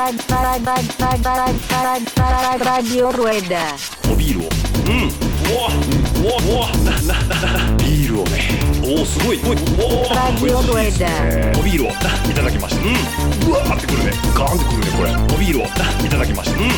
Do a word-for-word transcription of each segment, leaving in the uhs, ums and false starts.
Radio Rueda。 おビールを。うん。うわ、うわ、うわ、な、な、な、ビールをね。おお、すごい。おい、おお。 Radio Rueda。 おビールをいただきました。うん。うわーってくるね。ガーンってくるね、これ。おビールをいただきました。うん。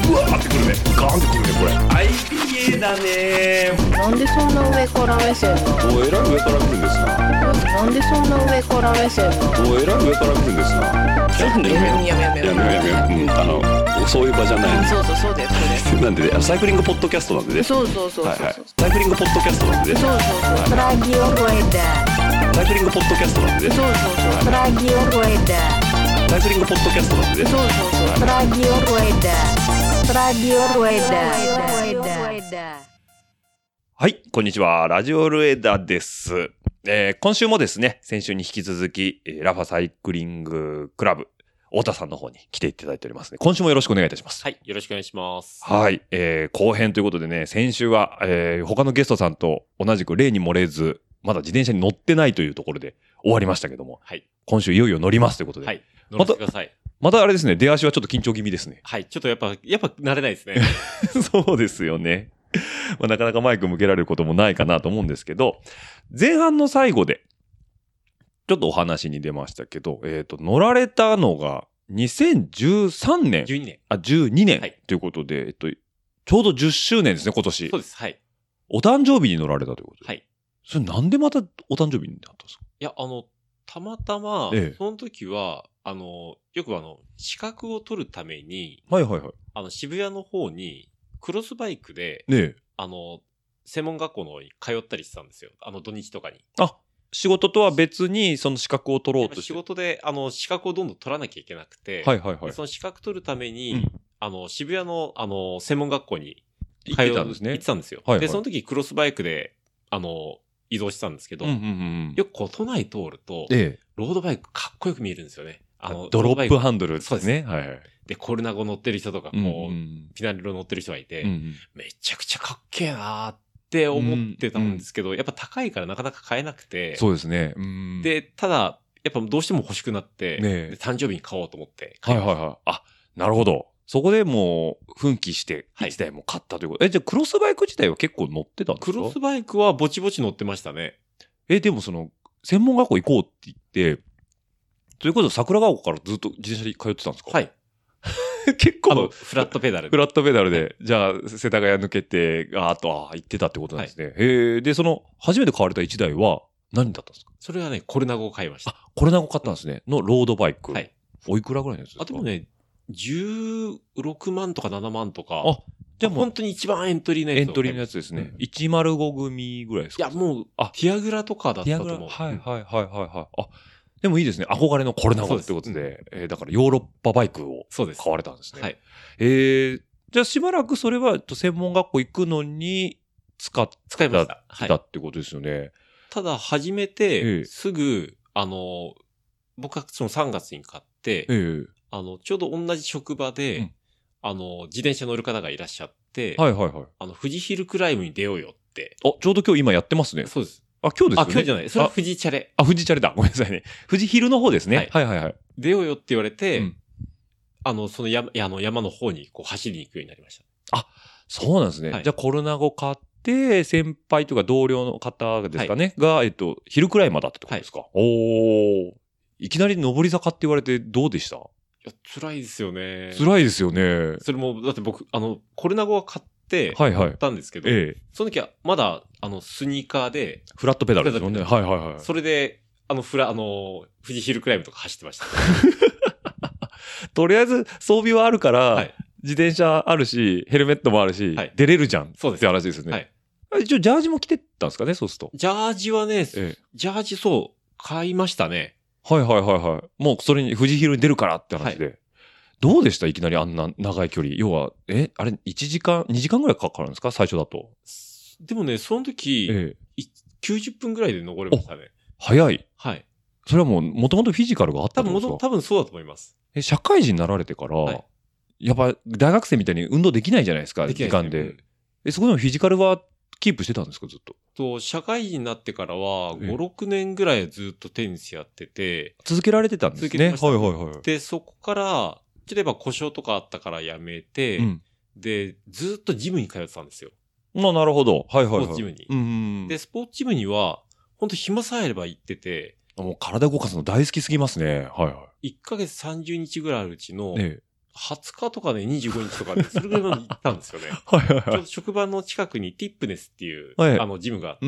うわーってくるね。ガーンってくるね、これ。アイピーエー だねー。 なんでそんな上から目線なの？ おえらい上から来るんですな。 なんでそんな上から目線なの？ おえらい上から来るんですな。ちょっとね、やめようやめようやめようやめよう。うん、あのそういう場じゃない。 そうそうそうですそうです。 なんでね、サイクリングポッドキャストなんでね。 そうそうそうそう。 はいはい。サイクリングポッドキャストなんでね。 そうそうそう。ラジオルエダ。 サイクリングポッドキャストなんでね。 そうそうそう。ラジオルエダ。 サイクリングポッドキャストなんでね。 そうそうそう。ラジオルエダ。ラジオルエダ。 はい、こんにちは。ラジオルエダです。えー、今週もですね、先週に引き続き、えー、ラファサイクリングクラブ、太田さんの方に来ていただいておりますね。今週もよろしくお願いいたします。 はい、よろしくお願いします。 はい、えー、後編ということでね、先週は、えー、他のゲストさんと同じく例に漏れず、まだ自転車に乗ってないというところで終わりましたけども、 はい、 今週いよいよ乗りますということで。 はい、乗らせてください。 また、またあれですね、出足はちょっと緊張気味ですね。 はい、ちょっとやっぱ、やっぱ慣れないですね。 そうですよね。まあ、なかなかマイク向けられることもないかなと思うんですけど、前半の最後で、ちょっとお話に出ましたけど、えっと、乗られたのがにせんじゅうさんねん。 じゅうにねん。 あ、じゅうにねん。 はい。 ということで、えっと、ちょうどじゅっしゅうねんですね、今年。 そうです。はい。 お誕生日に乗られたということで。 はい。 それなんでまたお誕生日になったんですか？ いや、あの、たまたま、 ええ、 その時は、あの、よくあの、資格を取るために、 はいはいはい。 あの、渋谷の方に、クロスバイクで、 ねえ。 あの、専門学校の方に通ったりしてたんですよ。あの、土日とかに。 あ、仕事とは別にその資格を取ろうとして。 仕事で、あの、資格をどんどん取らなきゃいけなくて、 はいはいはい。 その資格取るために、 うん、 あの、渋谷の、あの、専門学校に行ってたんですね。 行ってたんですよ。 はいはい、 で、その時クロスバイクで、あの、移動してたんですけど、 うんうんうん、 よくこう都内通ると、 ええ、 ロードバイクかっこよく見えるんですよね。 あの、ドロップハンドルですね。そうです。 はいはい。で、コルナゴ乗ってる人とか、こう、うんうん、ピナリロ乗ってる人がいて、うんうん、めちゃくちゃかっけえなーって思ってたんですけど、うんうん、やっぱ高いからなかなか買えなくて。 そうですね。 うん、で、ただ、やっぱどうしても欲しくなって、ね、誕生日に買おうと思って買いました。はいはいはい。 あ、なるほど。そこでもう、奮起して、いちだいも買ったということ。はい、え、じゃあクロスバイク自体は結構乗ってたんですか？ クロスバイクはぼちぼち乗ってましたね。 え、でもその、専門学校行こうって言って、ということは桜川湖からずっと自転車で通ってたんですか？ はい。 結構。あの、 フラットペダルで。 フラットペダルで、はい、じゃあ、世田谷抜けて、あーと、あ行ってたってことなんですね。はい、へえ。で、その、初めて買われたいちだいは、何だったんですか？ それはね、コルナゴを買いました。 あ、コルナゴ買ったんですね。のロードバイク。 はい。 おいくらぐらいのやつですか？ あ、でもね、じゅうろくまんとかななまんとか。 あ、じゃあもう。 本当に一番エントリーのやつ。 エントリーのやつですね。うん、いちまるご組ぐらいですか？ いや、もう、あ、ティアグラとかだったと思う。 はいはいはいはいはい。あ、でもいいですね。憧れのコルナゴってことで、でえー、だからヨーロッパバイクを買われたんですね。はい。えー、じゃあしばらくそれは専門学校行くのに使っ使いました。 はい。たってことですよね。 ただ、始めて、すぐ、あの、僕はそのさんがつに買って、えー、あの、ちょうど同じ職場で、うん、あの、自転車乗る方がいらっしゃって、 はいはいはい。 あの、富士ヒルクライムに出ようよって。 あ、ちょうど今日今やってますね。 そうです。 あ、今日ですよね。 あ、今日じゃない。それは富士チャレ。 あ、富士チャレだ。ごめんなさいね。富士ヒルの方ですね。はい、はいはいはい。 出ようよって言われて、うん、あの、その山、あの山の方にこう走りに行くようになりました。 あ、そうなんですね。はい、じゃあコルナゴ買って、先輩とか同僚の方ですかね、はい、が、えっと、ヒルクライマーだったってことですか？はい、おー。いきなり上り坂って言われてどうでした？いや、辛いですよね。 辛いですよね。 それも、だって僕、あの、コルナゴは買って、はいはい。ったんですけど、ええ、その時はまだ、あの、スニーカーで、 フラットペダルですよね。はいはいはい。 それで、あの、フラ、あの、富士ヒルクライムとか走ってました。 とりあえず、装備はあるから、はい、自転車あるし、ヘルメットもあるし、はい、出れるじゃん。そうです。って話ですよね。はい。一応、ジャージも着てたんですかね、そうすると。 ジャージはね、ええ、ジャージそう、買いましたね。 はいはいはいはい。もう、それに富士ヒルに出るからって話で。はい、どうでした？いきなりあんな長い距離。要は、えあれ、いちじかん、にじかんぐらいかかるんですか？最初だと。 でもね、その時、ええ、きゅうじゅっぷんぐらいで登れましたね。 早い。 はい。 それはもう、もともとフィジカルがあったんですか？ 多分、多分そうだと思います。 え、社会人になられてから、はい、やっぱ、大学生みたいに運動できないじゃないですか、時間で。うん、え、そこでもフィジカルはキープしてたんですか、ずっと。 と、社会人になってからは、ご、ろくねんぐらいずっとテニスやってて。 続けられてたんですね。 続けてました、ね。 はいはいはい。 で、そこから、 ちょっとやっぱ故障とかあったからやめて、うん、で、ずっとジムに通ってたんですよ。 まあ、なるほど。はいはいはい。 スポーツジムに。 うんうんうん、 で、スポーツジムには、ほんと暇さえあれば行ってて。 もう体動かすの大好きすぎますね。はいはい。 いっかげつさんじゅうにちぐらいあるうちの、ね、はつかとかでにじゅうごにちとかで、それぐらいまで行ったんですよね。 はいはいはい。 ちょっと職場の近くにティップネスっていう、はい、あの、ジムがあって、うん、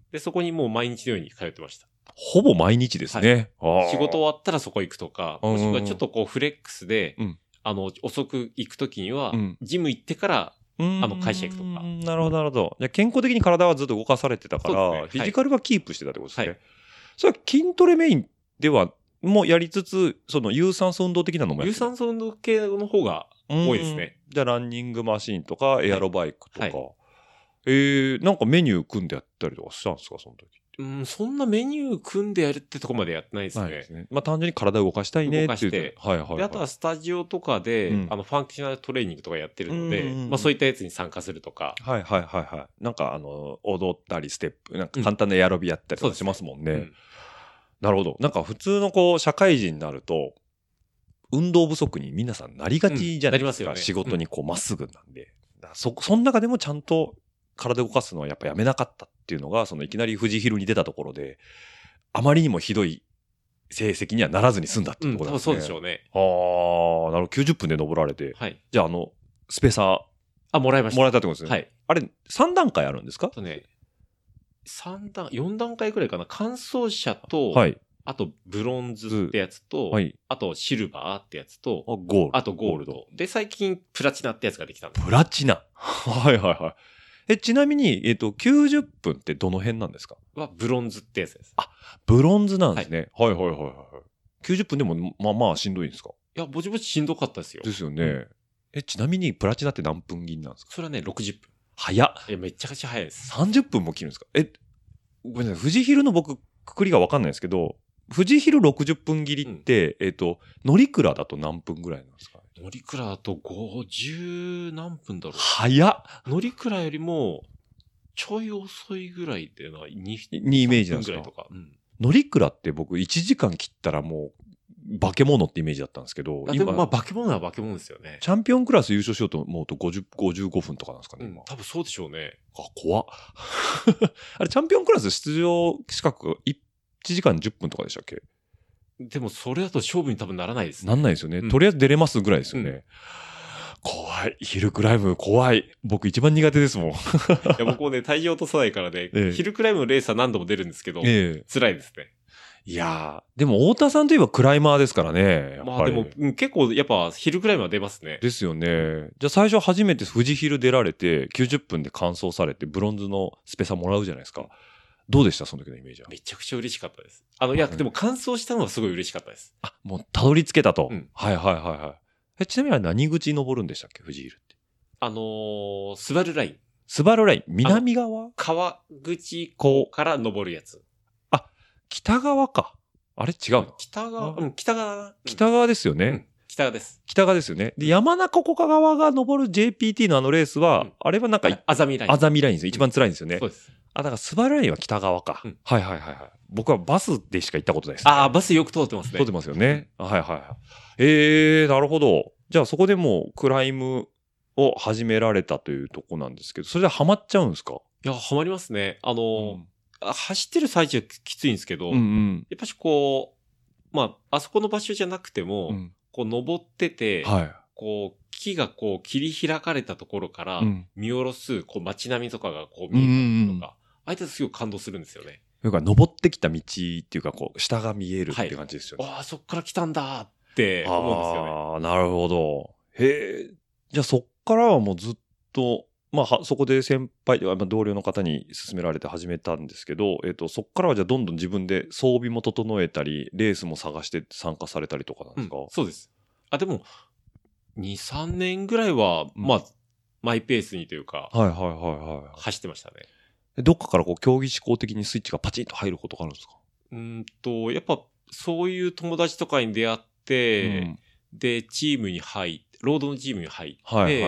で、そこにもう毎日のように通ってました。 ほぼ毎日ですね。 はい、仕事終わったらそこ行くとか、もしくはちょっとこうフレックスで、うん、あの、遅く行くときには、うん、ジム行ってから、あの、会社行くとか。 なるほど、なるほど。じゃ健康的に体はずっと動かされてたから、ね、フィジカルはキープしてたってことですね。はい、それは筋トレメインでは、もやりつつ、その有酸素運動的なのもやってる？有酸素運動系の方が多いですね。 じゃあランニングマシンとか、エアロバイクとか。はいはい、えー、なんかメニュー組んでやったりとかしたんですか、その時。 うん、そんなメニュー組んでやるってとこまでやってないですね。ないですね。 まあ単純に体を動かしたいねっていう。動かして。はいはい、はい。 で、あとはスタジオとかで、うん、あの、ファンクショナルトレーニングとかやってるので、まあそういったやつに参加するとか。 はいはいはいはい。なんかあの、踊ったりステップ、なんか簡単なエアロビやったりとかしますもんね。うん、うんなるほど。なんか普通のこう、社会人になると、運動不足に皆さんなりがちじゃないですか。うん、なりますよね。仕事にこう、まっすぐなんで。だそ、その中でもちゃんと体を動かすのはやっぱやめなかったっていうのが、そのいきなり富士ヒルに出たところで、あまりにもひどい成績にはならずに済んだっていうところなんですね。 うん、多分そうでしょうね。 ああ、なるほど。きゅうじゅっぷんで登られて。はい。じゃああの、スペーサー。 あ、もらいました。 もらえたってことですね。はい。あれ、さんだんかいあるんですか？ そうね。さんだん、よんだんかいくらいかな。完走者と、はい。あと、ブロンズってやつと、はい、あと、シルバーってやつと、 あ、ゴールド。 あと、ゴールド。で、最近、プラチナってやつができたんです。 プラチナはいはいはい。え、ちなみに、えっと、きゅうじゅっぷんってどの辺なんですか？ は、ブロンズってやつです。 あ、ブロンズなんですね。はい、はい、はいはいはい。きゅうじゅっぷんでも、まあまあしんどいんですか？ いや、ぼちぼちしんどかったですよ。 ですよね。うん、え、ちなみに、プラチナって何分切りなんですか？ それはね、ろくじゅっぷん。 早っ。 いや、めちゃくちゃ早いです。 さんじゅっぷんも切るんですか？え、ごめんなさい。富士ヒルの僕、くくりがわかんないですけど、富士ヒルろくじゅっぷん切りって、うん、えっと、乗鞍だと何分ぐらいなんですか？ 乗鞍だとごじゅう何分だろう。 早っ。 乗鞍よりも、ちょい遅いぐらいっていうのはに、 にイメージなんですか？とか。うん、乗鞍って僕いちじかん切ったらもう、化け物ってイメージだったんですけど。 でもまあ化け物は化け物ですよね。 チャンピオンクラス優勝しようと思うとごじゅう、ごじゅうごふんとかなんですかね、 うん、多分そうでしょうね。 あ、怖っ。あれ、チャンピオンクラス出場資格がいちじかんじゅっぷんとかでしたっけ？ でもそれだと勝負に多分ならないですね。 なんないですよね。うん、とりあえず出れますぐらいですよね。うん、怖い。ヒルクライム怖い。僕一番苦手ですもん。いや僕もね、体重落とさないからね、ええ、ヒルクライムのレースは何度も出るんですけど、ええ、辛いですね。 いやー、でも太田さんといえばクライマーですからね。 まあでも、うん、結構やっぱヒルクライムは出ますね。 ですよね。じゃあ最初初めて富士ヒル出られて、きゅうじゅっぷんで完走されて、ブロンズのスペサもらうじゃないですか。どうでしたその時のイメージは？ めちゃくちゃ嬉しかったです。あの、いや、でも完走したのはすごい嬉しかったです。 あ、もうたどり着けたと。うん、はいはいはいはい。え、ちなみに何口登るんでしたっけ富士ヒルって。 あのー、スバルライン。 スバルライン南側？ 川口港から登るやつ。 あ、北側か。あれ違うの？ 北側、うん、北側。 北側ですよね。うん、 北側です。 北側ですよね。で、山中湖側が登る ジェーピーティー のあのレースは、うん、あれはなんか、 あざみライン。 あざみラインですよ。一番辛いんですよね。 うん、そうです。 あ、だからスバルラインは北側か。うん、はいはいはいはい。僕はバスでしか行ったことないです、 ね。ああ、バスよく通ってますね。 通ってますよね。うん、はいはいはい。えー、なるほど。じゃあそこでもうクライムを始められたというとこなんですけど、それでハマっちゃうんですか？ いや、ハマりますね。あのーうん、走ってる最中はきついんですけど、 うんうん、 やっぱしこう、まあ、あそこの場所じゃなくても、うん、こう登ってて、はい、こう木がこう切り開かれたところから見下ろすこう街並みとかがこう見えたりとか、ああいったらすごい感動するんですよね。 というか登ってきた道っていうかこう下が見えるって感じですよね。 はい、ああ、そっから来たんだって思うんですよね。 ああ、なるほど。へえ。じゃあそっからはもうずっと、まあ、そこで先輩、同僚の方に勧められて始めたんですけど、えっと、そこからはじゃあどんどん自分で装備も整えたり、レースも探して参加されたりとかなんですか？うん、 そうです。あ、でも、に、さんねんぐらいは、うん、まあ、マイペースにというか、 はいはいはいはい。 走ってましたね。 どっかからこう競技志向的にスイッチがパチンと入ることがあるんですか？ うんと、やっぱ、そういう友達とかに出会って、うん、で、チームに入って、ロードのチームに入って、はいはい、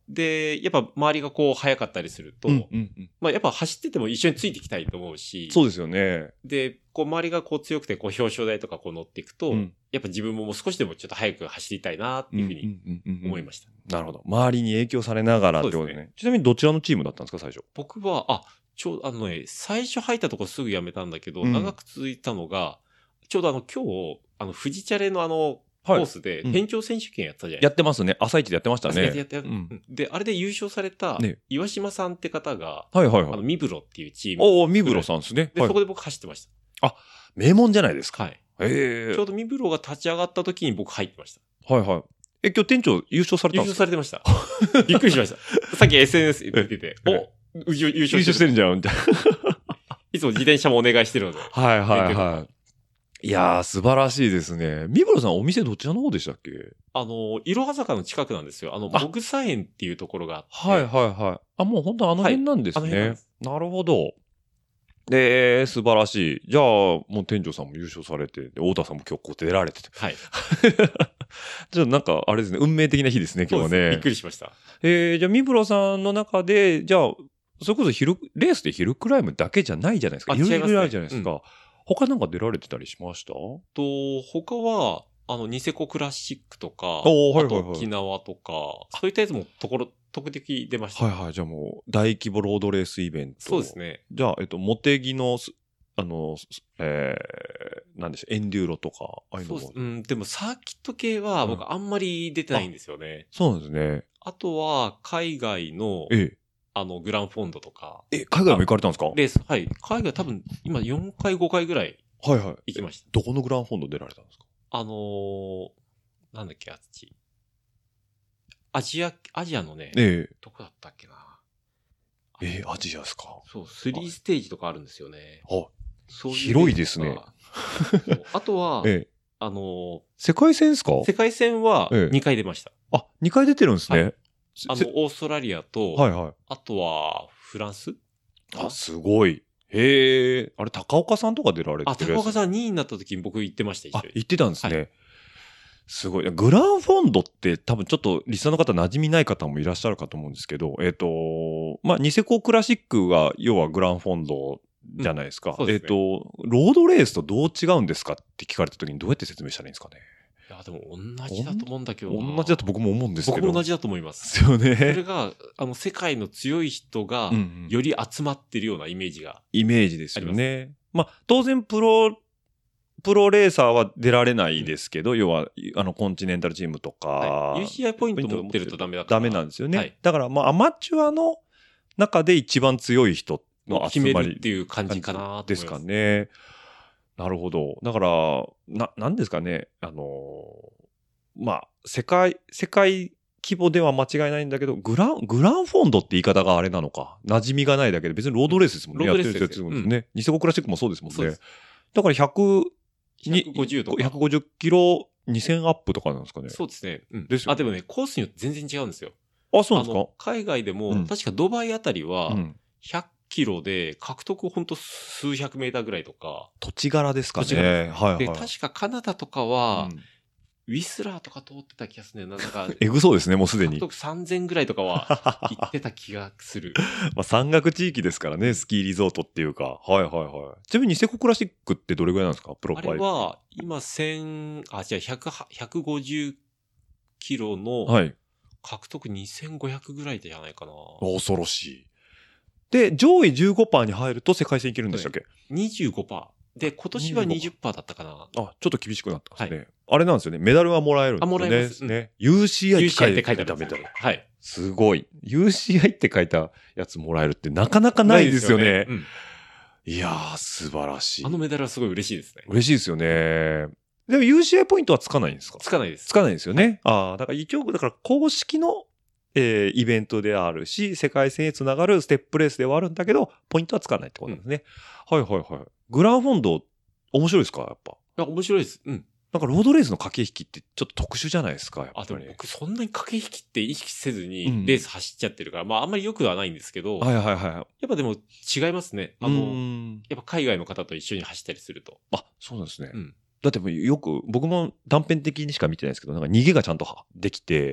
で、やっぱ周りがこう速かったりすると、 うんうんうん、 まあやっぱ走ってても一緒についていきたいと思うし。 そうですよね。 で、こう周りがこう強くてこう表彰台とかこう乗っていくと、うん、やっぱ自分ももう少しでもちょっと速く走りたいなっていうふうに思いました。 なるほど。周りに影響されながらってことね。ねちなみにどちらのチームだったんですか、最初。 僕は、あ、ちょうどあのね、最初入ったとこすぐ辞めたんだけど、うん、長く続いたのが、ちょうどあの今日、あの、富士チャレのあの、コースで、店長選手権やったじゃないですか。 やってますね。朝一でやってましたね。 やってやってやって、うん。で、あれで優勝された、岩島さんって方が、 はいはいはい。 あの、ミブロっていうチーム。 おお、ミブロさんですね。 で、はい、そこで僕走ってました。 あ、名門じゃないですか。 はい。 ええー。 ちょうどミブロが立ち上がった時に僕入ってました。 はいはい。え、今日店長優勝されたんですか？ 優勝されてました。びっくりしました。さっき エスエヌエス で見てて、お、優勝してる。 優勝してるんじゃん、みたいな。 いつも自転車もお願いしてるので。 はいはいはい。いやー、素晴らしいですね。ミブロさん、お店どちらの方でしたっけ？ あの、いろは坂の近くなんですよ。あの、ボグサ園っていうところがあって。 はいはいはい。あ、もう本当あの辺なんですね。はい、なるほど。えー、素晴らしい。じゃあ、もう店長さんも優勝されて、で、太田さんも今日こう出られてて。 はい。 じゃあなんか、あれですね、運命的な日ですね、今日はね。 びっくりしました。 えー、じゃあ、ミブロさんの中で、じゃあ、それこそヒル、レースでヒルクライムだけじゃないじゃないですか。いろいろあるじゃないですか。うん、他なんか出られてたりしました？ と、他は、あの、ニセコクラシックとか、 はいはいはい、 あと沖縄とか、そういったやつもところ、特的出ました。 はいはい。じゃあもう、大規模ロードレースイベント。 そうですね。 じゃあ、えっと、モテギの、あの、えー、なんでしょう、エンデューロとか、ああいうのも。 そうです。うん、でもサーキット系は僕あんまり出てないんですよね。 うん、そうなんですね。 あとは、海外の、 ええ、 あの、グランフォンドとか。 え、海外も行かれたんですか？ レース。はい。海外多分、今よんかい、ごかいぐらい。 はいはい。 行きました。 どこのグランフォンド出られたんですか？ あのー、なんだっけ、あっち。アジア、アジアのね、 ええ、どこだったっけな。 ええ、アジアですか？ そう、スリーステージとかあるんですよね。 あ、そういう広いですね。 あとは、 ええ、 あのー、 世界戦ですか？ 世界戦はにかい出ました。 ええ、あ、にかい出てるんですね。はい、 あの、オーストラリアと、 はいはい。 あとは、フランス？ あ、すごい。へえ。あれ、高岡さんとか出られてるやつ？ あ、高岡さんにいになった時に僕行ってました、一緒に。 あ、行ってたんですね。はい、すごい。グランフォンドって多分ちょっとリスナーの方馴染みない方もいらっしゃるかと思うんですけど、えっと、まあ、ニセコクラシックが要はグランフォンドじゃないですか。うん、ですね、えっと、ロードレースとどう違うんですかって聞かれた時にどうやって説明したらいいんですかね。 いや、でも同じだと思うんだけど。 同じだと僕も思うんですけど。 僕も同じだと思います。 ですよね。 それが、あの、世界の強い人が、より集まってるようなイメージが、 うんうん。イメージですよね。まあ、当然プロ、プロレーサーは出られないですけど、うん、要は、あの、コンチネンタルチームとか、 はい、ユーシーアイ ポイント持ってるとダメだから。 ダメなんですよね。 はい、 だから、まあ、アマチュアの中で一番強い人の集まり。 っていう感じかなと思います。 ですかね。なるほど。だから、な、なんですかね。あの、まあ、世界、世界規模では間違いないんだけど、グラン、グランフォンドって言い方があれなのか。馴染みがないだけで、別にロードレースですもんね。 ロードレースですもんね。 うん、 ニセコクラシックもそうですもんね。だからひゃく、 ひゃくごじゅうとか。 ひゃくごじゅっキロにせんアップとかなんですかね。 そうですね。うん。 ですよね。 あ、でもね、コースによって全然違うんですよ。 あ、そうなんですか？ 海外でも、うん、確かドバイあたりは、ひゃっキロで獲得ほんと数百メーターぐらいとか。 土地柄ですかね。はいはい。 で、確かカナダとかは、うん、ウィスラーとか通ってた気がするね。なんか。 えぐそうですね、もうすでに。 獲得さんぜんぐらいとかは行ってた気がする。 まあ山岳地域ですからね、スキーリゾートっていうか。はいはいはい。ちなみにニセコクラシックってどれぐらいなんですか？プロファイル。 あれは、今せん、あ、じゃあひゃく、ひゃくごじゅうキロの、獲得にせんごひゃくぐらいじゃないかな。 恐ろしい。で、上位 じゅうごパーセント に入ると世界戦いけるんでしたっけ？ にじゅうごパーセント。で、今年は にじゅっパーセント だったかな。 あ、ちょっと厳しくなったんですね。はい、あれなんですよね。メダルはもらえるんですよね。 あ、もらえます。 ね。ユーシーアイ って書いてあるメダル。はい。 すごい。ユーシーアイ って書いたやつもらえるってなかなかないですよね。いよね、うん、いやー、素晴らしい。 あのメダルはすごい嬉しいですね。 嬉しいですよね。でも ユーシーアイ ポイントはつかないんですか？ つかないです。 つかないですよね。はい、ああ、だから一応、だから公式のえー、イベントであるし、世界戦へつながるステップレースではあるんだけど、ポイントはつかないってことなんですね。うん、はいはいはい。グランフォンド、面白いですか？やっぱ。いや、面白いです。うん。 なんかロードレースの駆け引きってちょっと特殊じゃないですか、やっぱり。 あ、でも僕そんなに駆け引きって意識せずにレース走っちゃってるから、うん、まああんまり良くはないんですけど。 はいはいはい。やっぱでも違いますね。あの、やっぱ海外の方と一緒に走ったりすると。 あ、そうなんですね。うん。だってよく、僕も断片的にしか見てないですけど、なんか逃げがちゃんとできて、うん、で、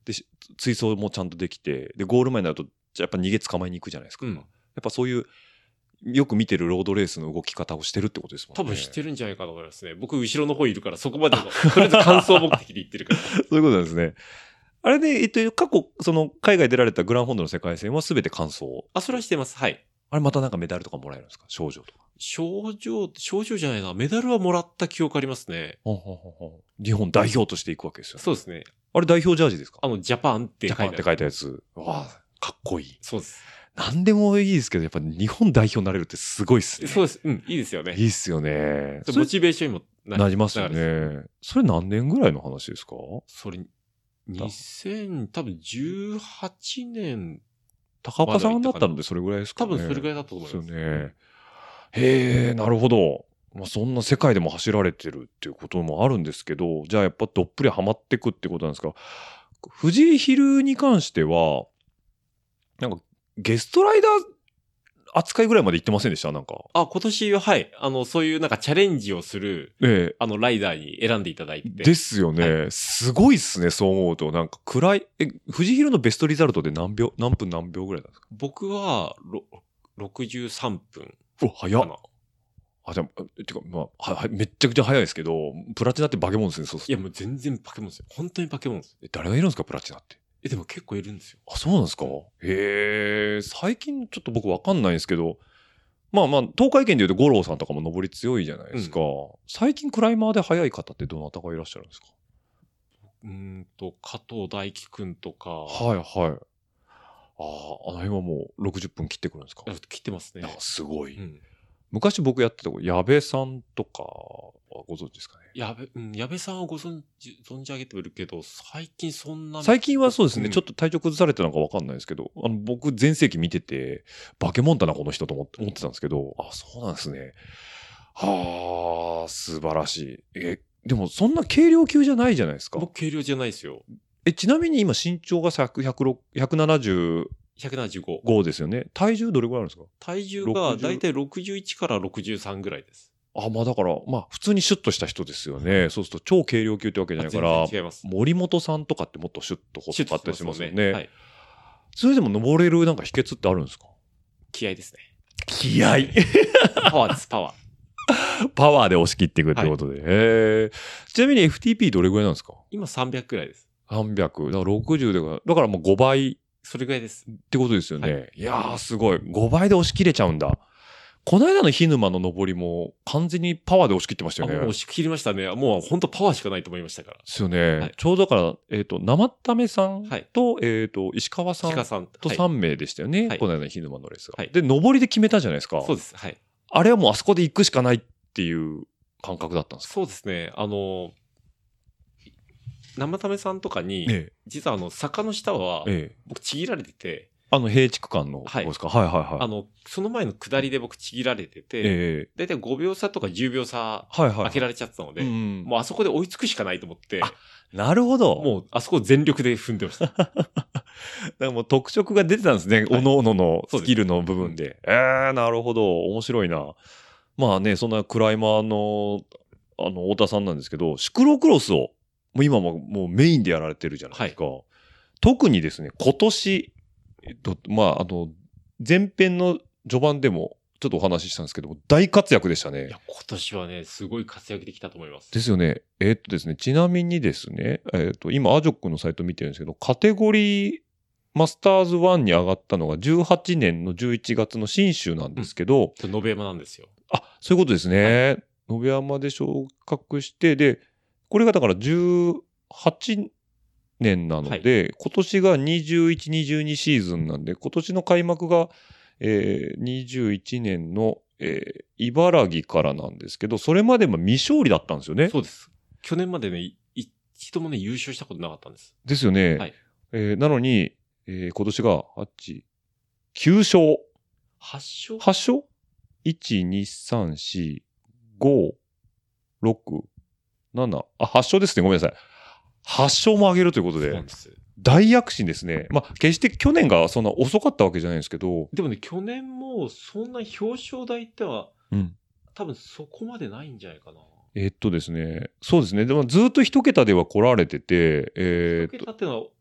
で、追走もちゃんとできて、で、ゴール前になると、じゃあやっぱ逃げ捕まえに行くじゃないですか。うん、やっぱそういう、よく見てるロードレースの動き方をしてるってことですもんね。 多分してるんじゃないかと思いますね。僕、後ろの方いるから、そこまでの、とりあえず感想目的で言ってるから。 そういうことなんですね。あれで、えっと、過去、その、海外出られたグランフォンドの世界戦は全て完走。 あ、それはしてます。はい。 あれまたなんかメダルとかもらえるんですか？賞状とか。 賞状、賞状じゃないな。メダルはもらった記憶ありますね。 ほうほうほうほう。日本代表としていくわけですよね。 そうですね。 あれ代表ジャージですか？ あの、ジャパンって書いてある。 ジャパンって書いたやつ。わあ、かっこいい。 そうです。 なんでもいいですけど、やっぱ日本代表になれるってすごいっすね。 そうです。うん、いいですよね。 いいっすよね。 モチベーションにもなりますよね。それ何年ぐらいの話ですか？ それ、にせん、多分じゅうはちねん。 高岡さんだったのでそれぐらいですかね。 多分それぐらいだと思います。 ですよね。へえ、なるほど。まあ、そんな世界でも走られてるっていうこともあるんですけど、じゃあやっぱどっぷりハマってくってことなんですか。富士ヒルに関しては、なんかゲストライダー扱いぐらいまで行ってませんでした？なんか。 あ、今年ははい。あの、そういうなんかチャレンジをする、ええ、あの、ライダーに選んでいただいて。 ですよね。はい、すごいっすね、そう思うと。なんか暗い、え、富士ヒルのベストリザルトで何秒、何分何秒ぐらいなんですか？ 僕は、ろくじゅうさんぷん。 お、早っ。あ、じゃあ、てか、まあ、は、めっちゃくちゃ早いですけど、プラチナって化け物ですね、そうすると。 いや、もう全然化け物ですよ。本当に化け物です。 え、誰がいるんですか、プラチナって。 え、でも結構いるんですよ。 あ、そうなんですか？へえ、最近ちょっと僕わかんないんですけど、まあまあ、東海圏で言うと五郎さんとかも登り強いじゃないですか。うん、最近クライマーで速い方ってどなたがいらっしゃるんですか？ うんと、加藤大輝くんとか。 はいはい。ああ、あの辺はもうろくじゅっぷん切ってくるんですか？ 切ってますね。 すごい。うん、昔僕やってたとこ、矢部さんとかはご存知ですかね？ 矢部、うん、矢部さんはご存知、存じ上げてるけど、最近そんな。 最近はそうですね、うん、ちょっと体調崩されてたのかわかんないですけど、あの、僕全盛期見てて、化け物だな、この人と思って思ってたんですけど、あ、そうなんですね。はあ、素晴らしい。え、でもそんな軽量級じゃないじゃないですか。 僕軽量じゃないですよ。 え、ちなみに今身長がひゃく、ひゃくろく、ひゃくななじゅう、 ひゃくななじゅうご。 ごですよね。体重どれぐらいあるんですか？ 体重がだいたいろくじゅういちからろくじゅうさんぐらいです。 あ、まあだから、まあ普通にシュッとした人ですよね。そうすると超軽量級ってわけじゃないから、 違います。 森本さんとかってもっとシュッと細かったりしますよね。はい。それでも登れるなんか秘訣ってあるんですか？ 気合ですね。 気合パワーです、パワー。パワーで押し切っていくってことで。はい、へちなみに エフティーピー どれぐらいなんですか？ 今さんびゃくくらいです。 さんびゃく。だからろくじゅうで、だからもうごばい。 それぐらいです。 ってことですよね。はい、いやーすごい。ごばいで押し切れちゃうんだ。この間のヒヌマの登りも完全にパワーで押し切ってましたよね。 もう押し切りましたね。もう本当パワーしかないと思いましたから。 ですよね。はい、ちょうどだから、えっ、ー、と、生ためさんと、はい、えっ、ー、と、石川さんとさんめいでしたよね。はい、この間のヒヌマのレースが、はい。で、登りで決めたじゃないですか。 そうです。はい。 あれはもうあそこで行くしかないっていう感覚だったんですか？ そうですね。あの、生ためさんとかに、ええ、実はあの、坂の下は、ええ、僕ちぎられてて、 あの、平地区間の方ですか？はい、はい、はいはい。 あの、その前の下りで僕ちぎられてて、えー、だいたいごびょう差とかじゅうびょう差、開けられちゃってたので、はいはいはい、もうあそこで追いつくしかないと思って、 なるほど。 もう、あそこ全力で踏んでました。だからもう特色が出てたんですね。はい、おのおののスキルの部分で。でえー、なるほど。面白いな。まあね、そんなクライマーの、あの、太田さんなんですけど、シクロクロスを、もう今ももうメインでやられてるじゃないですか。はい、特にですね、今年、えっと、まあ、あの、前編の序盤でもちょっとお話ししたんですけど、大活躍でしたね。 いや、今年はね、すごい活躍できたと思います。 ですよね。えー、っとですね、ちなみにですね、えー、っと、今、アジョックのサイト見てるんですけど、カテゴリーマスターズワンに上がったのがじゅうはちねんのじゅういちがつの新州なんですけど、 うん、延山なんですよ。 あ、そういうことですね。はい、延山で昇格して、で、これがだからじゅうはちねんなので、はい、今年がにじゅういち、にじゅうにシーズンなんで、今年の開幕が、えー、にじゅういちねんの、えー、茨城からなんですけど、それまでも未勝利だったんですよね。 そうです。去年までね、一度もね、優勝したことなかったんです。 ですよね。はい。えー、なのに、えー、今年がはち、きゅう勝。 はっ勝 ? はち 勝 ?いち、に、さん、よん、ご、ろく、なな、あ、はち勝ですね。ごめんなさい。はち勝も上げるということで。そうなんです。大躍進ですね。まあ、決して去年がそんな遅かったわけじゃないんですけど。 でもね、去年もそんな表彰台っては、うん、多分そこまでないんじゃないかな。 えー、っとですね。そうですね。でもずっと一桁では来られてて、えー、っと。 一桁ってのは、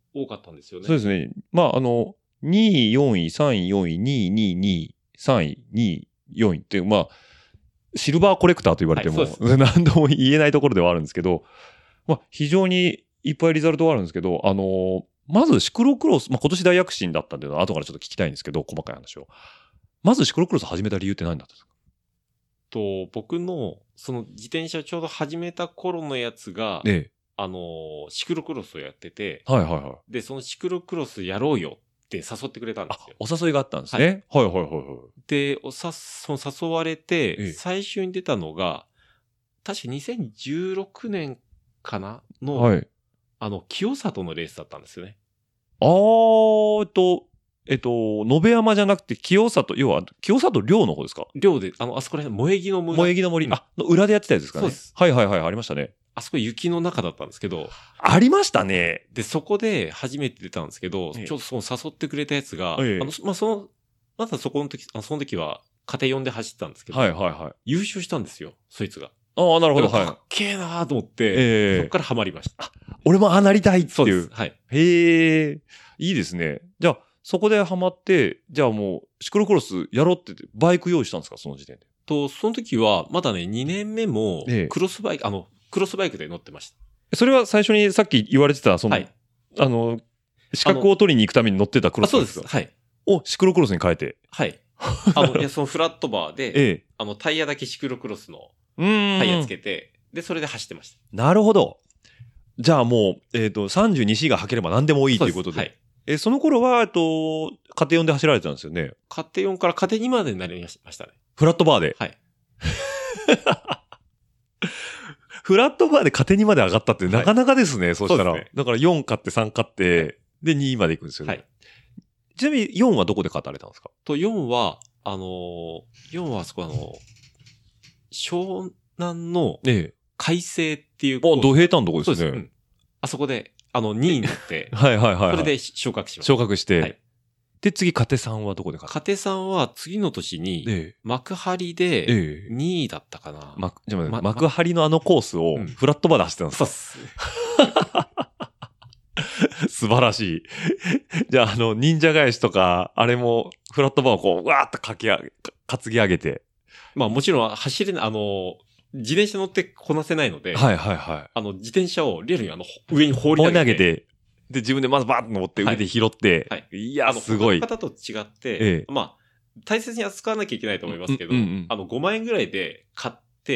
多かったんですよね。 そうですね。まあ、あの、にい、よんい、さんい、よんい、にい、にい、にい、さんい、にい、よんいっていう、まあ、シルバーコレクターと言われても、はい、何度も言えないところではあるんですけど、まあ、非常にいっぱいリザルトはあるんですけど、あのー、まずシクロクロス、まあ、今年大躍進だったんで、後からちょっと聞きたいんですけど、細かい話を。まずシクロクロス始めた理由って何だったんですか？ と、僕の、その自転車をちょうど始めた頃のやつが、ええ、あのー、シクロクロスをやってて、 はいはいはい。 で、そのシクロクロスやろうよって誘ってくれたんですよ。 あ、お誘いがあったんですね。はい、はい、はいはいはい。 で、おさ、その誘われて、ええ、最初に出たのが、確かにせんじゅうろくねんかなの、はい、あの、清里のレースだったんですよね。 あー、えっと、えっと、延山じゃなくて清里、要は、清里寮の方ですか？ 寮で、あの、あそこら辺、萌木の村。 萌木の森、うん、あ、の裏でやってたやつですかね。そうです。はいはいはい、ありましたね。 あそこ雪の中だったんですけど。 ありましたね。 で、そこで初めて出たんですけど、ええ、ちょっとその誘ってくれたやつが、ええ、あの、まあ、その、まだそこの時、あのその時は、家庭よんで走ってたんですけど、はいはいはい。優勝したんですよ、そいつが。 ああ、なるほど、はい。 かっけえなーと思って、ええ、そこからハマりました。 あ、俺もああなりたいっていう。そうです。 はい。 へえ、いいですね。じゃあ、そこでハマって、じゃあもう、シクロクロスやろうってバイク用意したんですか、その時点で。 と、その時は、まだね、にねんめも、クロスバイク、ええ、あの、クロスバイクで乗ってました。 それは最初にさっき言われてた、その、はい、あの、資格を取りに行くために乗ってたクロスバイクですか？ そうです。はい。 をシクロクロスに変えて。 はい。あの、いや、そのフラットバーで、ええ、あの、タイヤだけシクロクロスのタイヤつけて、で、それで走ってました。 なるほど。じゃあもう、えっと、さんじゅうにシー が履ければ何でもいいということで。ではい。え、その頃は、えっと、家庭よんで走られてたんですよね。 家庭よんから家庭にまでになりましたね。 フラットバーで。 はい。 フラットバーで家庭にまで上がったってなかなかですね、はい、そうしたら。ね、だからよん買ってさん買って、はい、でにまで行くんですよね。はい。ちなみによんはどこで買たれたんですか？ と、よんは、あのー、よんはあそこあのー、湘南の海星っていう、 ええ。あ、土平坦のとこですね。そうです、うん。 あそこで、あの、にいになって、 はいはいはい、はい。 それで昇格しました。 昇格して。はい。で、次、カテさんはどこで買った？ カテさんは次の年に、ええ、幕張でにいだったかな。ええ、 ま、じゃあ、ま、幕張のあのコースをフラットバーで走ってたんですか？ そうっす。 素晴らしい。じゃあ、あの、忍者返しとか、あれも、フラットバーをこう、わーっとかき上げ、担ぎ上げて。 まあもちろん走れない、あの、自転車乗ってこなせないので、 はいはいはい。 あの、自転車をレールにあの、上に放り投げて。放り投げて、 で、自分でまずバーッと乗って上で拾って、はい。はい、いや、すごい。 他の方と違って、ええ、まあ、大切に扱わなきゃいけないと思いますけど、うんうんうん、あの、ごまんえんぐらいで買って、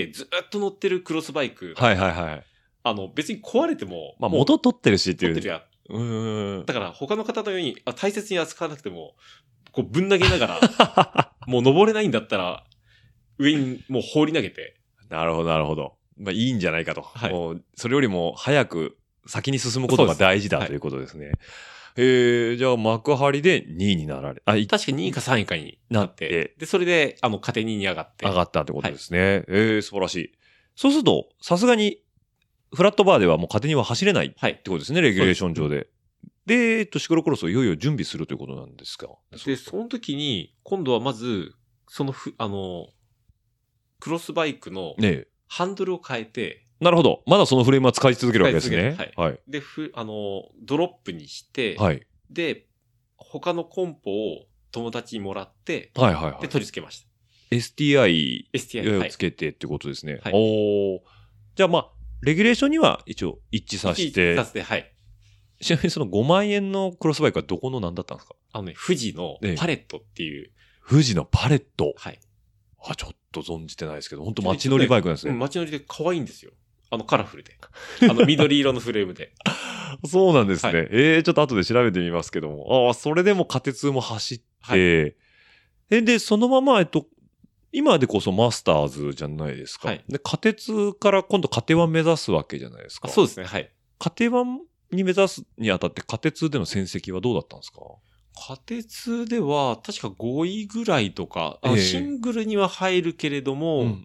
ずっと乗ってるクロスバイク。 はいはいはい。 あの、別に壊れても。 まあ、元取ってるしっていう。 取ってるや。うん。だから、他の方のように、あ、大切に扱わなくても、こう、ぶん投げながら、もう登れないんだったら、上にもう放り投げて。 なるほど、なるほど。まあ、いいんじゃないかと。はい。もう、それよりも早く先に進むことが大事だということですね。はい、えー、じゃあ、幕張でにいになられ。 あ、確かにいかさんいかになって。で、それで、あの、家庭にに上がって。 上がったってことですね。はい、えー、素晴らしい。そうすると、さすがに、フラットバーではもう家庭には走れないってことですね、はい、レギュレーション上で。で、えっと、シクロクロスをいよいよ準備するということなんですか？ で、その時に、今度はまず、そのふ、あの、クロスバイクの、ハンドルを変えて、 なるほど。まだそのフレームは使い続けるわけですね。 はい。はい。で、ふ、あの、ドロップにして、はい。で、他のコンポを友達にもらって、はいはいはい。で、取り付けました。 エスティーアイエスティーアイをつけてってことですね。はい。おー。じゃあまあ、レギュレーションには一応一致させて。 一致させて、はい。 ちなみにそのごまんえんのクロスバイクはどこの何だったんですか？ あのね、富士のパレットっていう。 富士のパレット。 はい。 あ、ちょっと存じてないですけど、本当街乗りバイクなんですね。 うん、街乗りで可愛いんですよ。あのカラフルで。あの緑色のフレームで。 そうなんですね。はい、えー、ちょっと後で調べてみますけども。ああ、それでもカテツーも走って、はい、え、で、そのまま、えっと、今でこそマスターズじゃないですか。はい、で、カテツーから今度カテワン目指すわけじゃないですか。 そうですね、はい。 カテワンに目指すにあたってカテツーでの戦績はどうだったんですか？ カテツーでは確かごいぐらいとか、えー、シングルには入るけれども、うんうんうん、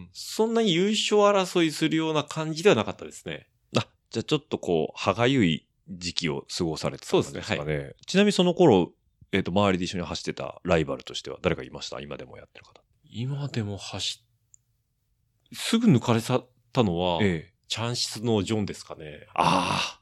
そんなに優勝争いするような感じではなかったですね。 あ、じゃあちょっとこう、歯がゆい時期を過ごされてたんですかね。そうですね。はい、ちなみにその頃、えっと、周りで一緒に走ってたライバルとしては誰かいました？今でもやってる方。 今でも走っ、すぐ抜かれたのは、ええ、チャンシスのジョンですかね。 ああ。